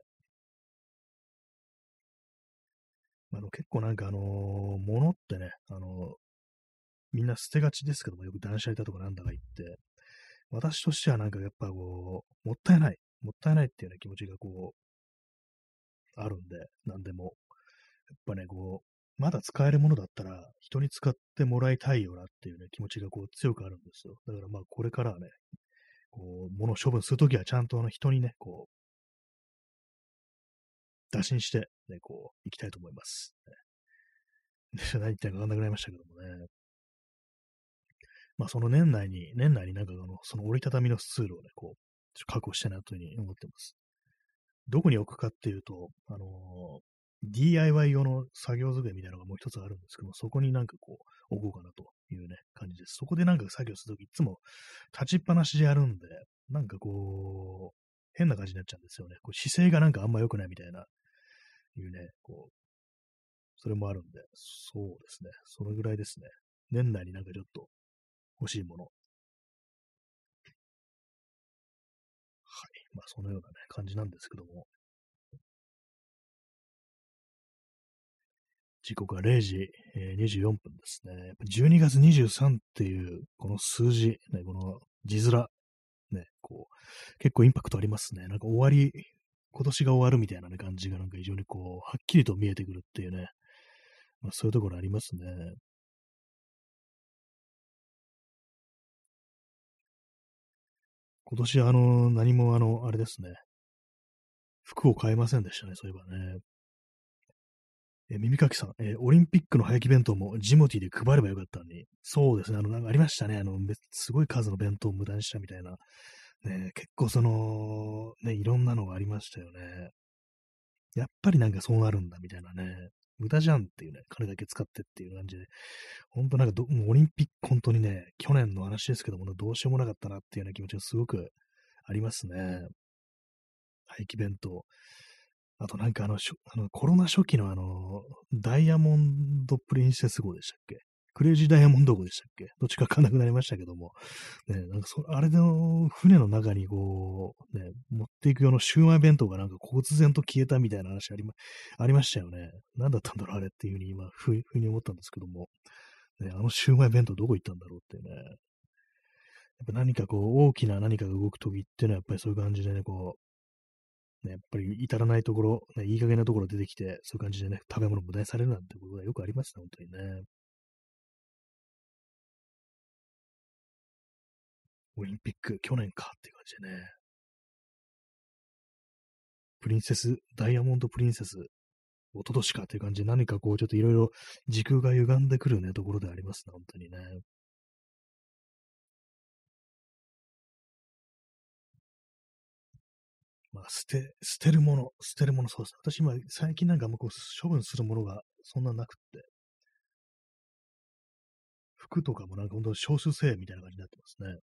結構なんか物ってね、みんな捨てがちですけども、よく断捨離だとかなんだか言って、私としてはなんかやっぱもったいない、もったいないっていうね、気持ちがあるんで、なんでも。やっぱね、まだ使えるものだったら、人に使ってもらいたいよなっていうね、気持ちが強くあるんですよ。だからこれからはね、物を処分するときはちゃんと人にね、打診して、ね、行きたいと思います。ね、何言ってるかわかんなくなりましたけどもね。 まあその年内になんかその折りたたみのスツールをね、こう、確保したいなというふうに思ってます。どこに置くかっていうと、DIY 用の作業机みたいなのがもう一つあるんですけども、そこになんかこう、置こうかなというね、感じです。そこでなんか作業するとき、いつも立ちっぱなしでやるんで、なんかこう、変な感じになっちゃうんですよね。こう姿勢がなんかあんま良くないみたいな、いうね、こう、それもあるんで、そうですね。そのぐらいですね。年内になんかちょっと欲しいもの。はい。まあ、そのようなね、感じなんですけども、時刻は0時、24分ですね。やっぱ12月23っていう、この数字、ね、この字面、ね、こう、結構インパクトありますね。なんか終わり、今年が終わるみたいなね、感じがなんか非常にこう、はっきりと見えてくるっていうね、まあ、そういうところありますね。今年何もあれですね、服を買えませんでしたね、そういえばね。耳かきさん、オリンピックの廃棄弁当もジモティーで配ればよかったのに。そうですね、なんかありましたね。すごい数の弁当を無駄にしたみたいな。ね、結構ね、いろんなのがありましたよね。やっぱりなんかそうなるんだみたいなね。無駄じゃんっていうね、金だけ使ってっていう感じで。ほんとなんかもうオリンピック、本当にね、去年の話ですけども、どうしようもなかったなっていうような気持ちがすごくありますね。廃棄弁当。あとなんかコロナ初期のダイヤモンドプリンセス号でしたっけ？クレイジーダイヤモンド号でしたっけ？どっちかわかんなくなりましたけども。ね、なんかあれの船の中にこう、ね、持っていく用のシウマイ弁当がなんか忽然と消えたみたいな話ありましたよね。何だったんだろうあれっていうふうに今、ふうに思ったんですけども。ね、シウマイ弁当どこ行ったんだろうってね。やっぱ何かこう、大きな何かが動くときっていうのはやっぱりそういう感じでね、こう、ね、やっぱり至らないところ、ね、いい加減なところ出てきて、そういう感じでね、食べ物無駄にされるなんてことがよくありますね、本当にね。オリンピック、去年かっていう感じでね。ダイヤモンドプリンセス、一昨年かっていう感じで何かこう、ちょっといろいろ時空が歪んでくるね、ところでありますね、本当にね。まあ、捨てるもの、そうですね。私今、最近なんかもうこう、処分するものがそんななくって、服とかもなんか本当に少数精鋭みたいな感じになってますね。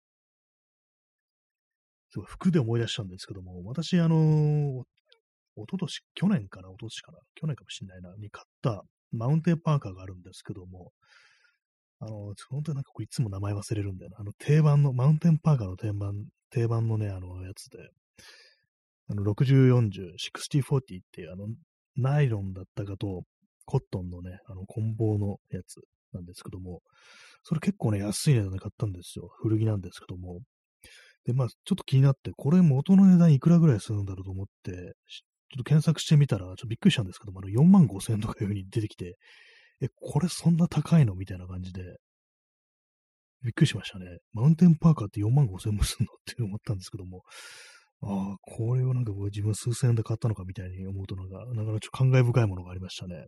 そう、服で思い出したんですけども、私、一昨年、一昨年かな、去年かもしれないな、に買ったマウンテンパーカーがあるんですけども、本当になんかこういつも名前忘れるんだよな。定番の、マウンテンパーカーの定番のね、やつで、60、40、60、40っていう、ナイロンだったかと、コットンのね、混紡のやつなんですけども、それ結構ね、安い値段で買ったんですよ。古着なんですけども。で、まあ、ちょっと気になって、これ元の値段いくらぐらいするんだろうと思って、ちょっと検索してみたら、ちょっとびっくりしたんですけども、4万5千円とかいう風に出てきて、これそんな高いのみたいな感じで、びっくりしましたね。マウンテンパーカーって4万5千円もすんのって思ったんですけども、ああ、これをなんかこう自分数千円で買ったのかみたいに思うとなんか、なかなかちょっと感慨深いものがありましたね。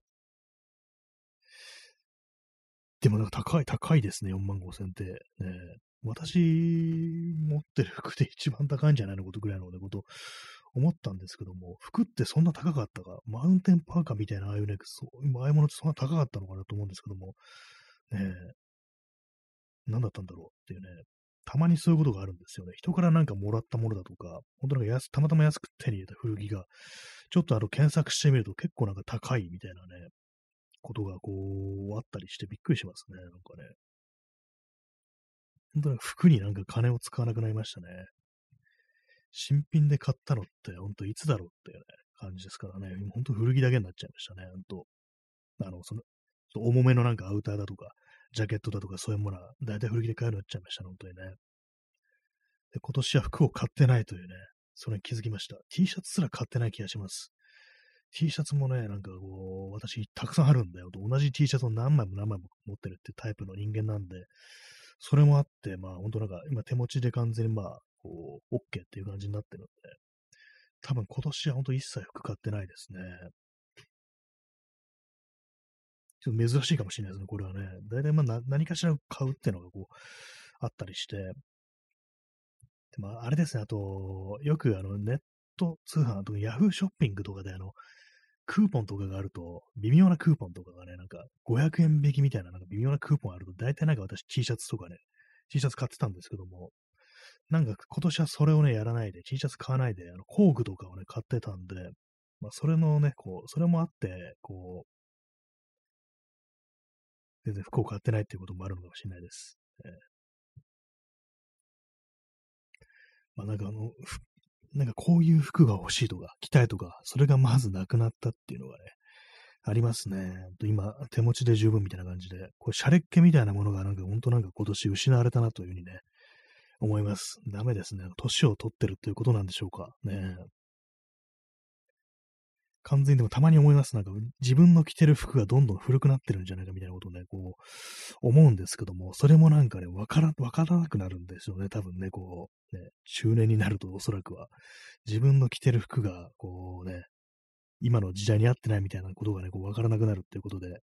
でもなんか高いですね、4万5千って。ね、私、持ってる服で一番高いんじゃないのことぐらいのね、こと思ったんですけども、服ってそんな高かったか、マウンテンパーカーみたいなああいうね、ああいうものってそんな高かったのかなと思うんですけども、ね、何だったんだろうっていうね、たまにそういうことがあるんですよね。人からなんかもらったものだとか、本当なんかたまたま安く手に入れた古着が、ちょっと検索してみると結構なんか高いみたいなね、ことがこう、あったりしてびっくりしますね。なんかね。本当に服になんか金を使わなくなりましたね。新品で買ったのって本当いつだろうっていうね、感じですからね。本当古着だけになっちゃいましたね。本当重めのなんかアウターだとか、ジャケットだとかそういうものは、だいたい古着で買えるようになっちゃいましたね。本当にね。で、今年は服を買ってないというね、それに気づきました。T シャツすら買ってない気がします。T シャツもね、なんかこう、私たくさんあるんだよと、同じ T シャツを何枚も何枚も持ってるってタイプの人間なんで、それもあって、まあ本当なんか今手持ちで完全にまあ、こう、OK っていう感じになってるんで、多分今年は本当一切服買ってないですね。ちょっと珍しいかもしれないですね、これはね。大体まあ何かしら買うっていうのがこう、 あったりして、でまあ、あれですね、あと、よくネット通販とかヤフーショッピングとかでクーポンとかがあると、微妙なクーポンとかがね、なんか500円引きみたいな、なんか微妙なクーポンあると、大体なんか私 T シャツとかね、T シャツ買ってたんですけども、なんか今年はそれをね、やらないで、T シャツ買わないで、工具とかをね、買ってたんで、まあ、それのね、それもあって、全然服を買ってないっていうこともあるのかもしれないです。まあ、なんかなんかこういう服が欲しいとか、着たいとか、それがまずなくなったっていうのがね、ありますね。今、手持ちで十分みたいな感じで、これ、シャレっ気みたいなものがなんか、本当なんか今年失われたなというふうにね、思います。ダメですね。年を取ってるっていうことなんでしょうか。ね。完全にでもたまに思います。なんか自分の着てる服がどんどん古くなってるんじゃないかみたいなことをね、思うんですけども、それもなんかね、わからなくなるんですよね。多分ね、中年になるとおそらくは。自分の着てる服が、今の時代に合ってないみたいなことがね、わからなくなるっていうことで、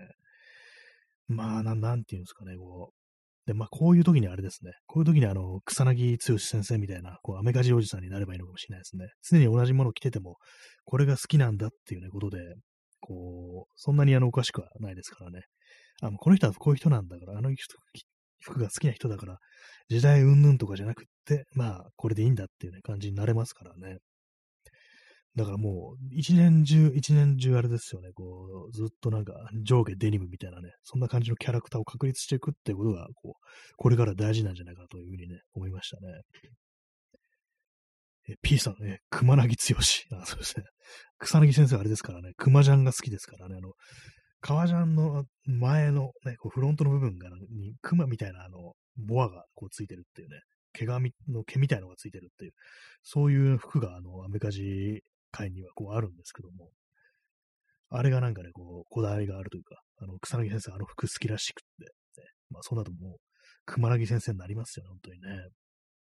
まあ、なんていうんですかね、で、まあ、こういう時にあれですね。こういう時に草薙剛先生みたいな、アメカジおじさんになればいいのかもしれないですね。常に同じものを着てても、これが好きなんだっていうね、ことで、そんなにおかしくはないですからね。この人はこういう人なんだから、服が好きな人だから、時代云々とかじゃなくって、まあ、これでいいんだっていうね、感じになれますからね。だからもう、一年中あれですよね、ずっとなんか上下デニムみたいなね、そんな感じのキャラクターを確立していくっていうことが、これから大事なんじゃないかというふうにね、思いましたね。P さんね、熊薙剛。あ、そうですね。草薙先生はあれですからね、熊ジャンが好きですからね、革ジャンの前のね、フロントの部分に熊みたいなボアがついてるっていうね、毛紙の毛みたいのがついてるっていう、そういう服がアメカジ界にはあるんですけども、あれがなんかね、こだわりがあるというか、草薙先生あの服好きらしくって、ね、まあそうなるともう、熊薙先生になりますよね、本当にね。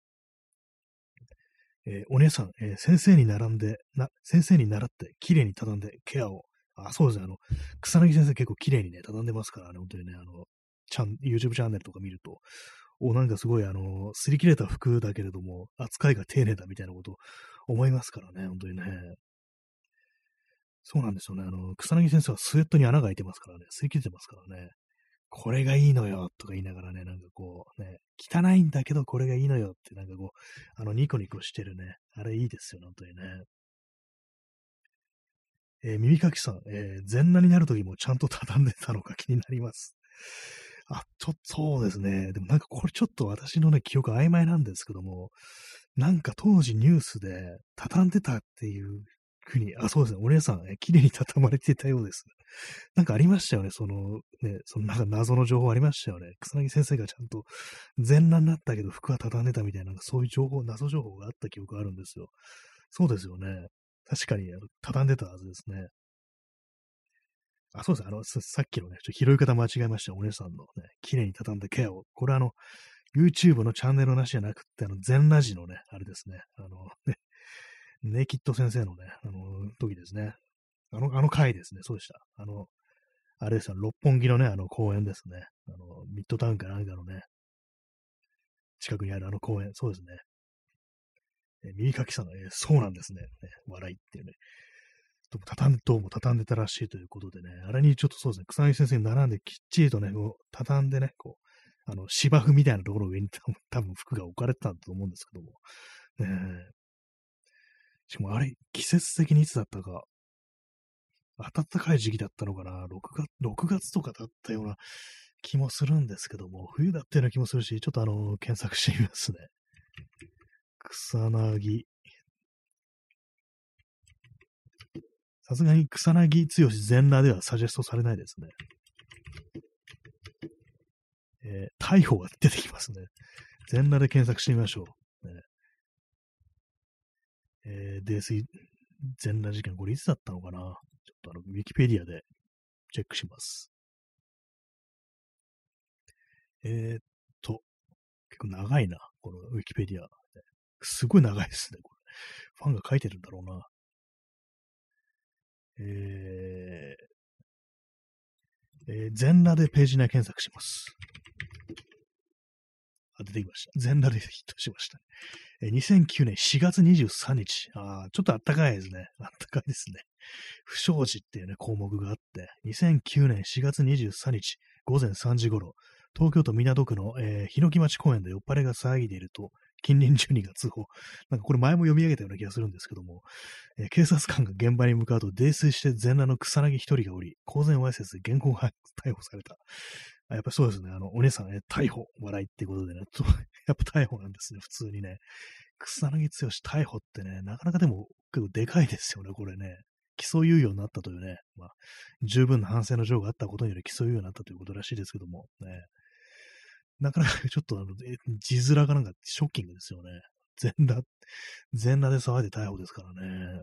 お姉さん、先生に習って綺麗に畳んでケアを。あ、そうですね。草薙先生結構綺麗にね、畳んでますからね、本当にね、YouTube チャンネルとか見ると、なんかすごい、擦り切れた服だけれども、扱いが丁寧だみたいなこと思いますからね、本当にね。そうなんですよね。草薙先生はスウェットに穴が開いてますからね、擦り切れてますからね。これがいいのよ、とか言いながらね、なんか汚いんだけどこれがいいのよって、なんかニコニコしてるね、あれいいですよ、本当にね。耳かきさん、全裸になるときもちゃんと畳んでたのか気になります。そうですね。でもなんかこれちょっと私のね、記憶曖昧なんですけども、なんか当時ニュースで畳んでたっていうふうに、そうですね、お姉さん、綺麗に畳まれてたようです。なんかありましたよね、そのなんか謎の情報ありましたよね。草薙先生がちゃんと全裸になったけど服は畳んでたみたいな、そういう謎情報があった記憶があるんですよ。そうですよね。確かに、畳んでたはずですね。そうです。さっきのね、ちょっと拾い方間違えました。お姉さんのね、綺麗に畳んだケアを。これYouTube のチャンネルなしじゃなくって、全ラジのね、あれですね。ネイキッド先生のね、時ですね。あの回ですね。そうでした。あれですよ。六本木のね、公園ですね。ミッドタウンかなんかのね、近くにあるあの公園。そうですね。耳かきさんが、そうなんですね。笑いっていうね。どうも畳んでたらしいということでね、あれにちょっとそうですね、草薙先生に並んできっちりとね、畳んでね、芝生みたいなところの上に多分服が置かれてたんだと思うんですけども、ねしかもあれ、季節的にいつだったか、暖かい時期だったのかな、6月とかだったような気もするんですけども、冬だったような気もするし、ちょっと検索してみますね。草薙。さすがに草薙剛全裸ではサジェストされないですね。逮捕が出てきますね。全裸で検索してみましょう。ね泥酔全裸事件、これいつだったのかな、ちょっとウィキペディアでチェックします。えーっと、結構長いな、このウィキペディア。すごい長いですね、これ。ファンが書いてるんだろうな。全裸でページ内検索します。 出てきました。全裸でヒットしました。2009年4月23日。ちょっとあったかいですね。あったかいですね。不祥事っていうね、項目があって、2009年4月23日午前3時頃、東京都港区の、日野木町公園で酔っ払いが騒いでいると、近隣住人が通報。なんかこれ前も読み上げたような気がするんですけども、警察官が現場に向かうと、泥酔して全裸の草薙一人がおり、公然わいせつで現行犯逮捕された。やっぱりそうですね。お姉さん、逮捕、笑いってことでね、やっぱ逮捕なんですね、普通にね。草薙剛逮捕ってね、なかなかでも結構でかいですよね、これね。起訴猶予になったというね、十分な反省の情があったことにより起訴猶予になったということらしいですけども、ね、なかなかちょっと字面がなんかショッキングですよね。全裸で騒いで逮捕ですからね。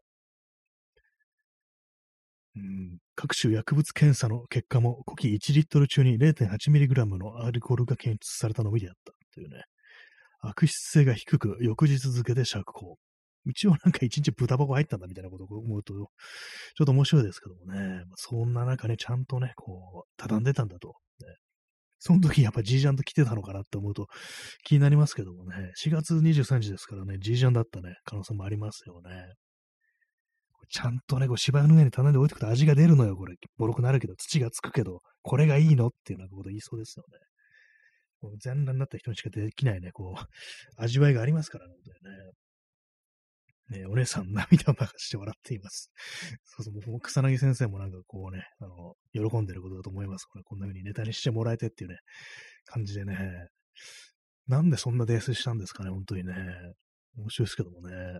各種薬物検査の結果も、呼気1リットル中に 0.8mg のアルコールが検出されたのみであったというね。悪質性が低く、翌日付で釈放。一応なんか一日豚箱入ったんだみたいなことを思うと、ちょっと面白いですけどもね。そんな中ね、ちゃんとね、こう、畳んでたんだと。ね、その時やっぱジージャンと来てたのかなって思うと気になりますけどもね。4月23日ですからね、ジージャンだったね、可能性もありますよね。ちゃんとね、こう芝生の上に棚で置いておくと味が出るのよ、これ。ボロくなるけど、土がつくけど、これがいいのっていうようなこと言いそうですよね。こう全裸になった人にしかできないね、こう、味わいがありますからね、本当にね。ね、お姉さん涙を流して笑っています。そうそう、もう草薙先生もなんかこうね、喜んでることだと思います。こんな風にネタにしてもらえてっていうね、感じでね。なんでそんな泥酔したんですかね、本当にね。面白いですけどもね。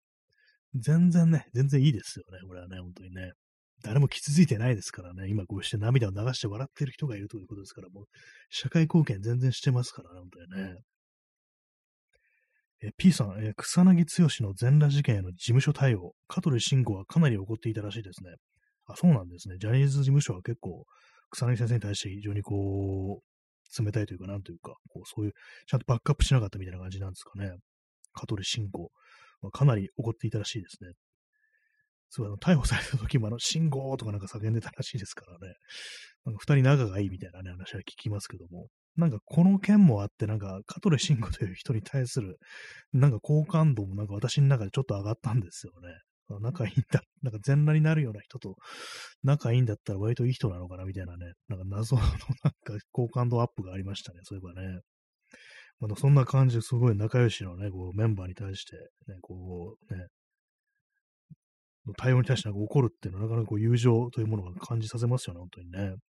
全然いいですよね、これはね、本当にね。誰も傷ついてないですからね、今こうして涙を流して笑ってる人がいるということですから、もう、社会貢献全然してますからね、本当にね。P さん、草薙剛の全裸事件への事務所対応、香取慎吾はかなり怒っていたらしいですね。そうなんですね。ジャニーズ事務所は結構、草薙先生に対して非常にこう、冷たいというか、なんというか、こう、そういう、ちゃんとバックアップしなかったみたいな感じなんですかね。香取慎吾はかなり怒っていたらしいですね。そう、逮捕された時も信号とかなんか叫んでたらしいですからね。なんか二人仲がいいみたいなね、話は聞きますけども。なんかこの件もあって、なんか香取慎吾という人に対する、なんか好感度もなんか私の中でちょっと上がったんですよね。仲いいんだ、なんか全裸になるような人と仲いいんだったら割といい人なのかなみたいなね、なんか謎のなんか好感度アップがありましたね、そういえばね。そんな感じですごい仲良しのね、こうメンバーに対して、ね、こうね、の対応に対してなんか怒るっていうのは、なかなかこう友情というものが感じさせますよね、本当にね。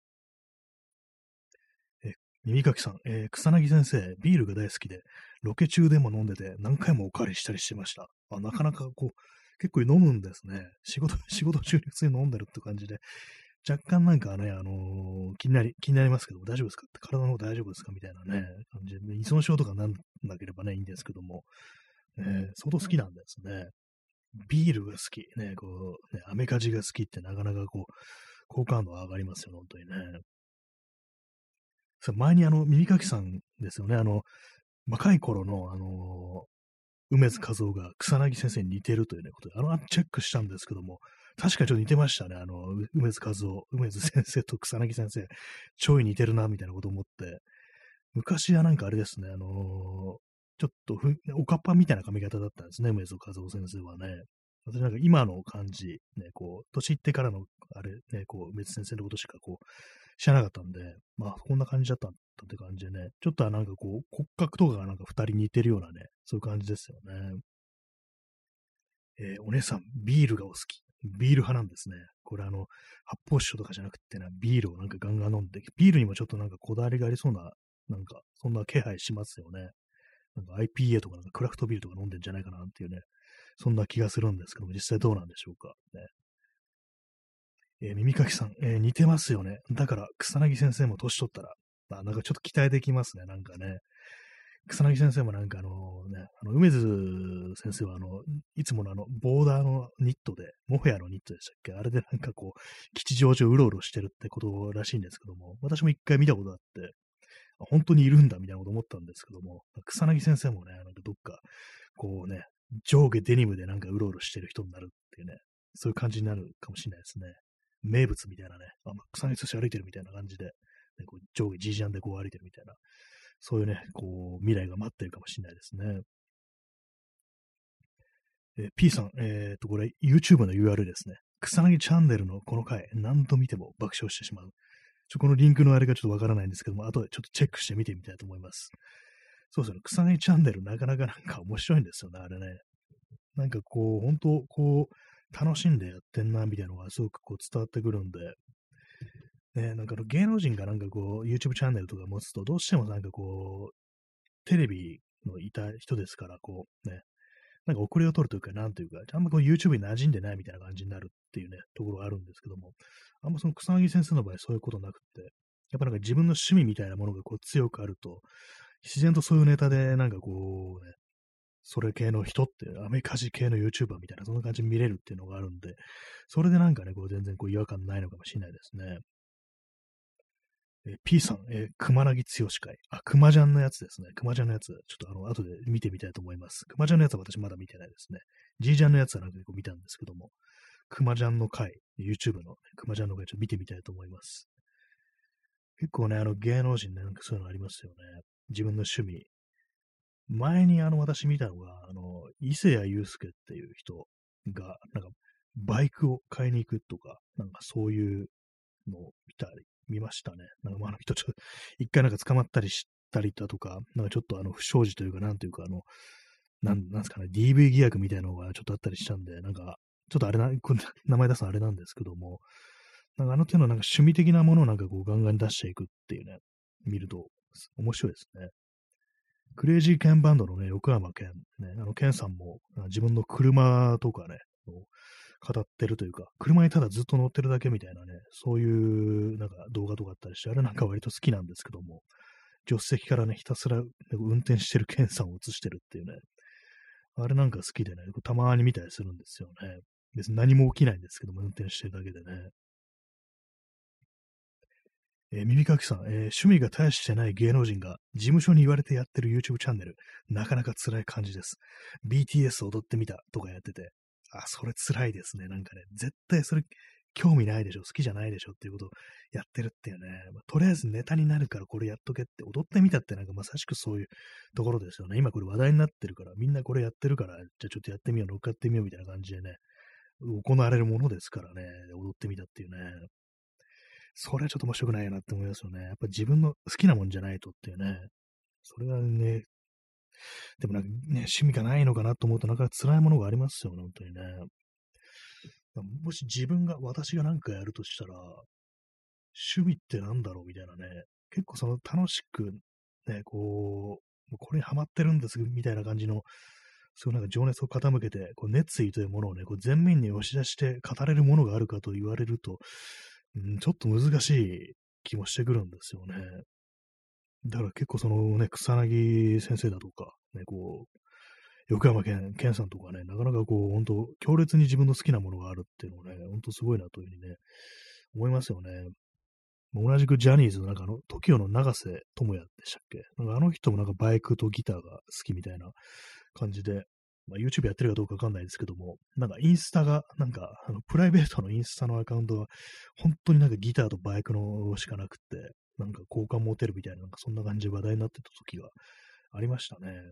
え、耳かきさん、草薙先生、ビールが大好きで、ロケ中でも飲んでて、何回もおかわりしたりしてました。なかなかこう、結構飲むんですね。仕事中に普通に飲んでるって感じで、若干なんかね、気になりますけど、大丈夫ですかって、体の方大丈夫ですかみたいなね、感じで、依存症とかなんなければね、いいんですけども、相当好きなんですね。ビールが好き、ね、こう、ね、アメカジが好きってなかなかこう、好感度上がりますよね、本当にね。前に耳かきさんですよね、若い頃の、梅津和夫が草薙先生に似てるというね、ことで、チェックしたんですけども、確かにちょっと似てましたね、梅津和夫、梅津先生と草薙先生、ちょい似てるな、みたいなこと思って、昔はなんかあれですね、ちょっとおかっぱみたいな髪型だったんですね、梅津和夫先生はね。私なんか今の感じ、ね、こう、年いってからの、あれ、ね、こう、梅津先生のことしかこう、知らなかったんで、こんな感じだったって感じでね、ちょっとはなんかこう、骨格とかがなんか二人似てるようなね、そういう感じですよね。お姉さん、ビールがお好き。ビール派なんですね。これ発泡酒とかじゃなくてビールをなんかガンガン飲んで、ビールにもちょっとなんかこだわりがありそうな、なんか、そんな気配しますよね。なんか IPA とかなんかクラフトビールとか飲んでんじゃないかなっていうね、そんな気がするんですけども、実際どうなんでしょうか。ね、耳かきさん、似てますよね。だから、草薙先生も年取ったら、なんかちょっと期待できますね、なんかね。草薙先生もなんか梅津先生はいつものボーダーのニットで、モヘアのニットでしたっけあれでなんかこう、吉祥寺をうろうろしてるってことらしいんですけども、私も一回見たことあって、本当にいるんだみたいなこと思ったんですけども、草薙先生もね、なんかどっか、こうね、上下デニムでなんかうろうろしてる人になるっていうね、そういう感じになるかもしれないですね。名物みたいなね、草薙剛歩いてるみたいな感じで、ね、こう上下ジージャンでこう歩いてるみたいなそういうね、こう、未来が待ってるかもしれないですね。P さん、これ YouTube の URL ですね。草薙チャンネルのこの回、何度見ても爆笑してしまう。このリンクのあれがちょっとわからないんですけども、後でちょっとチェックして見てみたいと思います。そうですね、草薙チャンネルなかなかなんか面白いんですよね、あれね。なんかこう、本当こう、楽しんでやってんな、みたいなのがすごくこう伝わってくるんで、ね、なんか芸能人がなんかこう、YouTube チャンネルとか持つと、どうしてもなんかこう、テレビのいた人ですから、こう、ね、なんか遅れを取るというか、なんというか、あんまこう YouTube に馴染んでないみたいな感じになるっていうね、ところがあるんですけども、あんまその草薙先生の場合そういうことなくって、やっぱなんか自分の趣味みたいなものがこう強くあると、自然とそういうネタでなんかこうね、それ系の人って、アメカジ系の YouTuber みたいな、そんな感じに見れるっていうのがあるんで、それでなんかね、こう全然こう違和感ないのかもしれないですね。P さん、熊薙剛会。あ、熊ジャンのやつですね。熊ジャンのやつ。ちょっと後で見てみたいと思います。熊ジャンのやつは私まだ見てないですね。G ジャンのやつはなんか結構見たんですけども、熊ジャンの会、YouTube の、ね、熊ジャンの会、ちょっと見てみたいと思います。結構ね、芸能人ね、なんかそういうのありますよね。自分の趣味。前に私見たのが、伊勢谷友介っていう人が、なんか、バイクを買いに行くとか、なんかそういうのを見ましたね。なんかあの人一回なんか捕まったりしたりだとか、なんかちょっと不祥事というか、なんというか、なんですかね、DV 疑惑みたいなのがちょっとあったりしたんで、なんか、ちょっとあれな、これ名前出すのあれなんですけども、なんか手のなんか趣味的なものをなんかこうガンガンに出していくっていうね、見ると面白いですね。クレイジーケンバンドのね、横山健、ね、健さんも自分の車とかね、語ってるというか、車にただずっと乗ってるだけみたいなね、そういうなんか動画とかあったりして、あれなんか割と好きなんですけども、助手席からね、ひたすら運転してるケンさんを映してるっていうね、あれなんか好きでね、たまに見たりするんですよね。別に何も起きないんですけども、運転してるだけでね。耳かきさん、趣味が大してない芸能人が事務所に言われてやってる YouTube チャンネル、なかなか辛い感じです。BTS 踊ってみたとかやってて、あ、それ辛いですね。なんかね、絶対それ興味ないでしょ、好きじゃないでしょっていうことをやってるっていうね。とりあえずネタになるからこれやっとけって、踊ってみたってなんかまさしくそういうところですよね。今これ話題になってるから、みんなこれやってるから、じゃあちょっとやってみよう、乗っかってみようみたいな感じでね、行われるものですからね、踊ってみたっていうね。それはちょっと面白くないなって思いますよね。やっぱ自分の好きなもんじゃないとっていうね。それがね、でもなんかね、趣味がないのかなと思うとなかなか辛いものがありますよね、本当にね。もし私がなんかやるとしたら、趣味ってなんだろうみたいなね。結構その楽しく、ね、こう、これにハマってるんですみたいな感じの、そういうなんか情熱を傾けて、こう熱意というものをね、こう前面に押し出して語れるものがあるかと言われると、ちょっと難しい気もしてくるんですよね。だから結構そのね、草薙先生だとか、ね、こう、横山健さんとかね、なかなかこう、本当強烈に自分の好きなものがあるっていうのをね、本当すごいなというふうにね、思いますよね。同じくジャニーズのTOKIO の永瀬智也でしたっけ？なんかあの人もなんかバイクとギターが好きみたいな感じで、YouTube やってるかどうかわかんないですけども、なんかインスタが、なんかプライベートのインスタのアカウントが、本当になんかギターとバイクのしかなくって、なんか好感持てるみたいな、なんかそんな感じで話題になってた時がありましたね。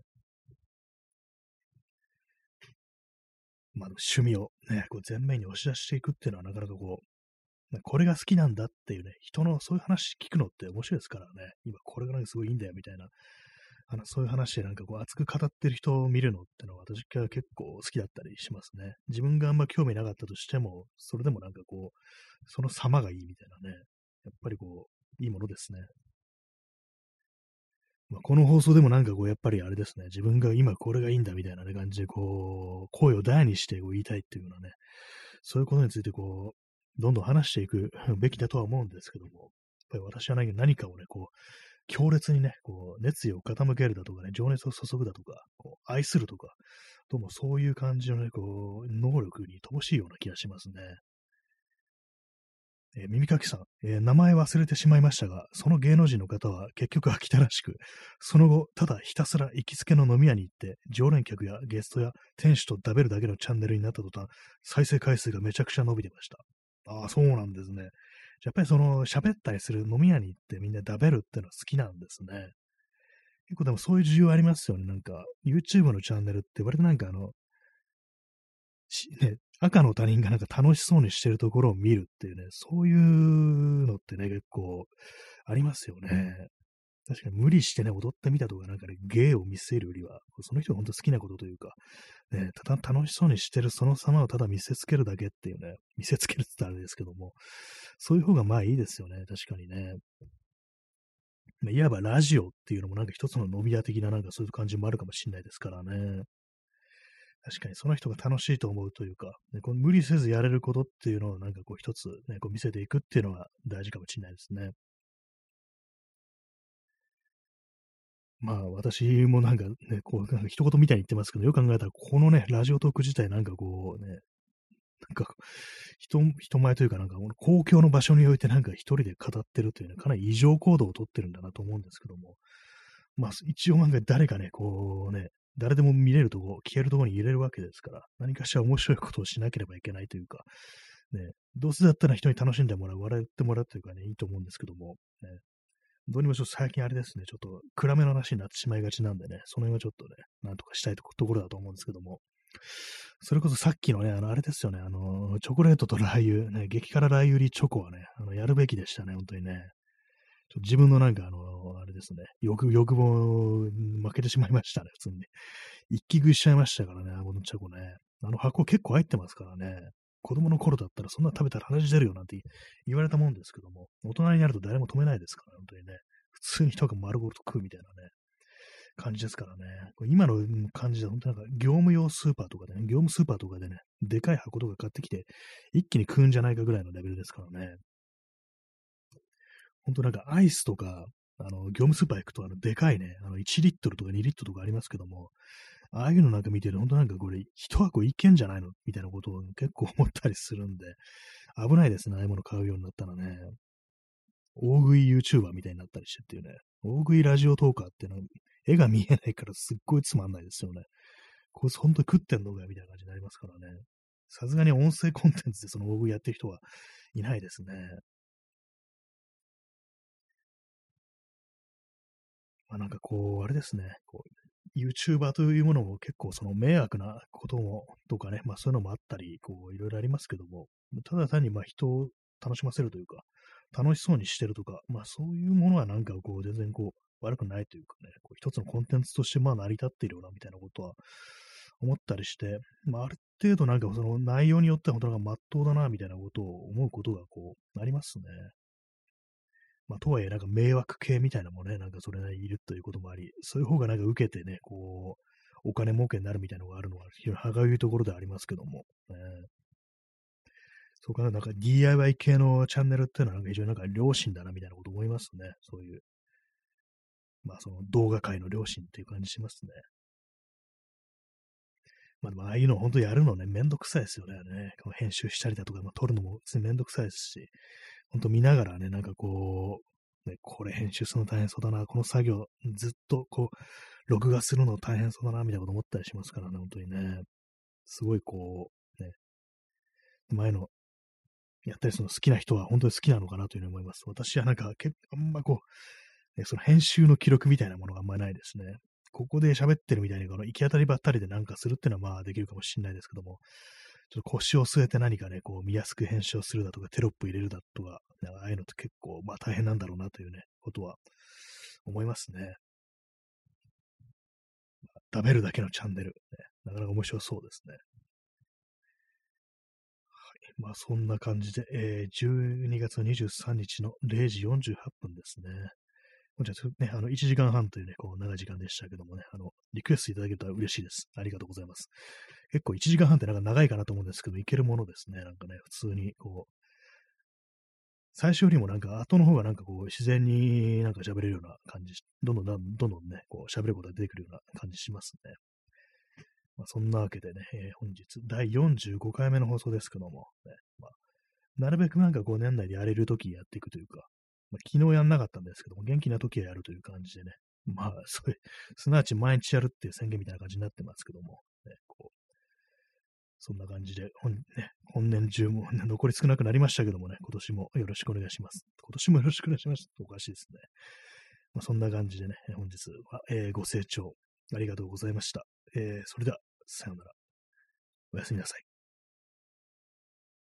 趣味をね、こう前面に押し出していくっていうのはなかなかこう、これが好きなんだっていうね、人のそういう話聞くのって面白いですからね。今これがなんかすごいいいんだよみたいな、そういう話でなんかこう熱く語ってる人を見るのってのは私が結構好きだったりしますね。自分があんま興味なかったとしても、それでもなんかこう、その様がいいみたいなね。やっぱりこう、いいものですね。この放送でもなんかこう、やっぱりあれですね、自分が今これがいいんだみたいな、ね、感じでこう、声を大にしてこう言いたいっていうようなね、そういうことについてこう、どんどん話していくべきだとは思うんですけども、やっぱり私は何かをね、こう、強烈にね、こう、熱意を傾けるだとかね、情熱を注ぐだとか、こう愛するとか、どうもそういう感じのね、こう、能力に乏しいような気がしますね。耳かきさん、名前忘れてしまいましたが、その芸能人の方は結局飽きたらしく、その後、ただひたすら行きつけの飲み屋に行って、常連客やゲストや店主と食べるだけのチャンネルになった途端、再生回数がめちゃくちゃ伸びてました。ああ、そうなんですね。やっぱりその、喋ったりする飲み屋に行ってみんな食べるってのは好きなんですね。 結構でもそういう需要ありますよね。なんか、YouTube のチャンネルって割となんかね、赤の他人がなんか楽しそうにしてるところを見るっていうね、そういうのってね、結構ありますよね。確かに無理してね、踊ってみたとか、なんかね、芸を見せるよりは、その人が本当好きなことというか、ね、ただ楽しそうにしてるその様をただ見せつけるだけっていうね、見せつけるって言ったらあれですけども、そういう方がまあいいですよね、確かにね。まあ、いわばラジオっていうのもなんか一つの伸び屋的ななんかそういう感じもあるかもしれないですからね。確かにその人が楽しいと思うというか、ね、こう無理せずやれることっていうのをなんかこう一つね、こう見せていくっていうのは大事かもしれないですね。まあ私もなんかね、こうなんか一言みたいに言ってますけど、よく考えたらこのね、ラジオトーク自体なんかこうね、なんか人前というかなんか公共の場所においてなんか一人で語ってるというね、かなり異常行動をとってるんだなと思うんですけども、まあ一応なんか誰かね、こうね、誰でも見れるとこ、聞けるところに入れるわけですから、何かしら面白いことをしなければいけないというか、ね、どうせだったら人に楽しんでもらう、笑ってもらうというかね、いいと思うんですけども、ね、どうにもちょっと最近あれですね、ちょっと暗めの話になってしまいがちなんでね、その辺はちょっとね、なんとかしたいところだと思うんですけども、それこそさっきのね、あれですよね、チョコレートとラー油、ね、激辛ラー油入りチョコはね、やるべきでしたね、本当にね。自分のなんかあれですね、欲望に負けてしまいましたね、普通にね。一気食いしちゃいましたからね、このチョコね。あの箱結構入ってますからね。子供の頃だったらそんな食べたら鼻血出るよなんて言われたもんですけども、大人になると誰も止めないですから、本当にね。普通に人が丸ごと食うみたいなね、感じですからね。これ今の感じで、本当なんか業務用スーパーとかでね、業務スーパーとかでね、でかい箱とか買ってきて、一気に食うんじゃないかぐらいのレベルですからね。本当なんかアイスとか、業務スーパー行くと、でかいね、1リットルとか2リットルとかありますけども、ああいうのなんか見てると、本当なんかこれ、一箱いけんじゃないのみたいなことを結構思ったりするんで、危ないですね、ああいうもの買うようになったらね。大食い YouTuber みたいになったりしてっていうね。大食いラジオトーカーっていうのは、絵が見えないからすっごいつまんないですよね。こいつ本当に食ってんのかよみたいな感じになりますからね。さすがに音声コンテンツでその大食いやってる人はいないですね。まあなんかこう、あれですね。こう、YouTuber というものも結構その迷惑なことも、とかね、まあそういうのもあったり、こう、いろいろありますけども、ただ単にまあ人を楽しませるというか、楽しそうにしてるとか、まあそういうものはなんかこう、全然こう、悪くないというかね、こう一つのコンテンツとしてまあ成り立っているようなみたいなことは思ったりして、まあある程度なんかその内容によっては本当なんか真っ当だなみたいなことを思うことがこう、ありますね。まあ、とはいえ、なんか迷惑系みたいなのもね、なんかそれなりにいるということもあり、そういう方がなんか受けてね、こう、お金儲けになるみたいなのがあるのは、非常に歯がゆいところではありますけども、そうかな、なんか DIY 系のチャンネルっていうのは、なんか非常になんか良心だなみたいなこと思いますね。そういう、まあその動画界の良心っていう感じしますね。まあでもああいうの本当やるのね、めんどくさいですよね。この編集したりだとか、まあ、撮るのも普通にめんどくさいですし、本当見ながらね、なんかこう、ね、これ編集するの大変そうだな、この作業ずっとこう、録画するの大変そうだな、みたいなこと思ったりしますからね、本当にね。すごいこう、ね、前のやったりするの好きな人は本当に好きなのかなというふうに思います。私はなんかあんまこう、ね、その編集の記録みたいなものがあんまりないですね。ここで喋ってるみたいに、この行き当たりばったりでなんかするっていうのはまあできるかもしれないですけども、ちょっと腰を据えて何かね、こう見やすく編集をするだとか、テロップ入れるだとか、ああいうのって結構まあ大変なんだろうなというね、ことは思いますね。食べるだけのチャンネル、ね、なかなか面白そうですね。まあそんな感じで、12月23日の0時48分ですね。じゃあね、1時間半というね、こう長い時間でしたけどもね、リクエストいただけたら嬉しいです。ありがとうございます。結構1時間半ってなんか長いかなと思うんですけど、いけるものですね。なんかね、普通にこう、最初よりもなんか後の方がなんかこう、自然になんか喋れるような感じどんどんね、こう喋ることが出てくるような感じしますね。まあ、そんなわけでね、本日第45回目の放送ですけども、ね、まあ、なるべくなんかこう年内でやれるときやっていくというか、まあ、昨日やんなかったんですけども、元気なときはやるという感じでね、まあ、すなわち毎日やるっていう宣言みたいな感じになってますけども、ね、こうそんな感じで、本年中も、ね、残り少なくなりましたけどもね、今年もよろしくお願いします。今年もよろしくお願いします。おかしいですね。 まあ、そんな感じでね、本日は、ご清聴ありがとうございました。それでは、さようなら。おやすみなさい。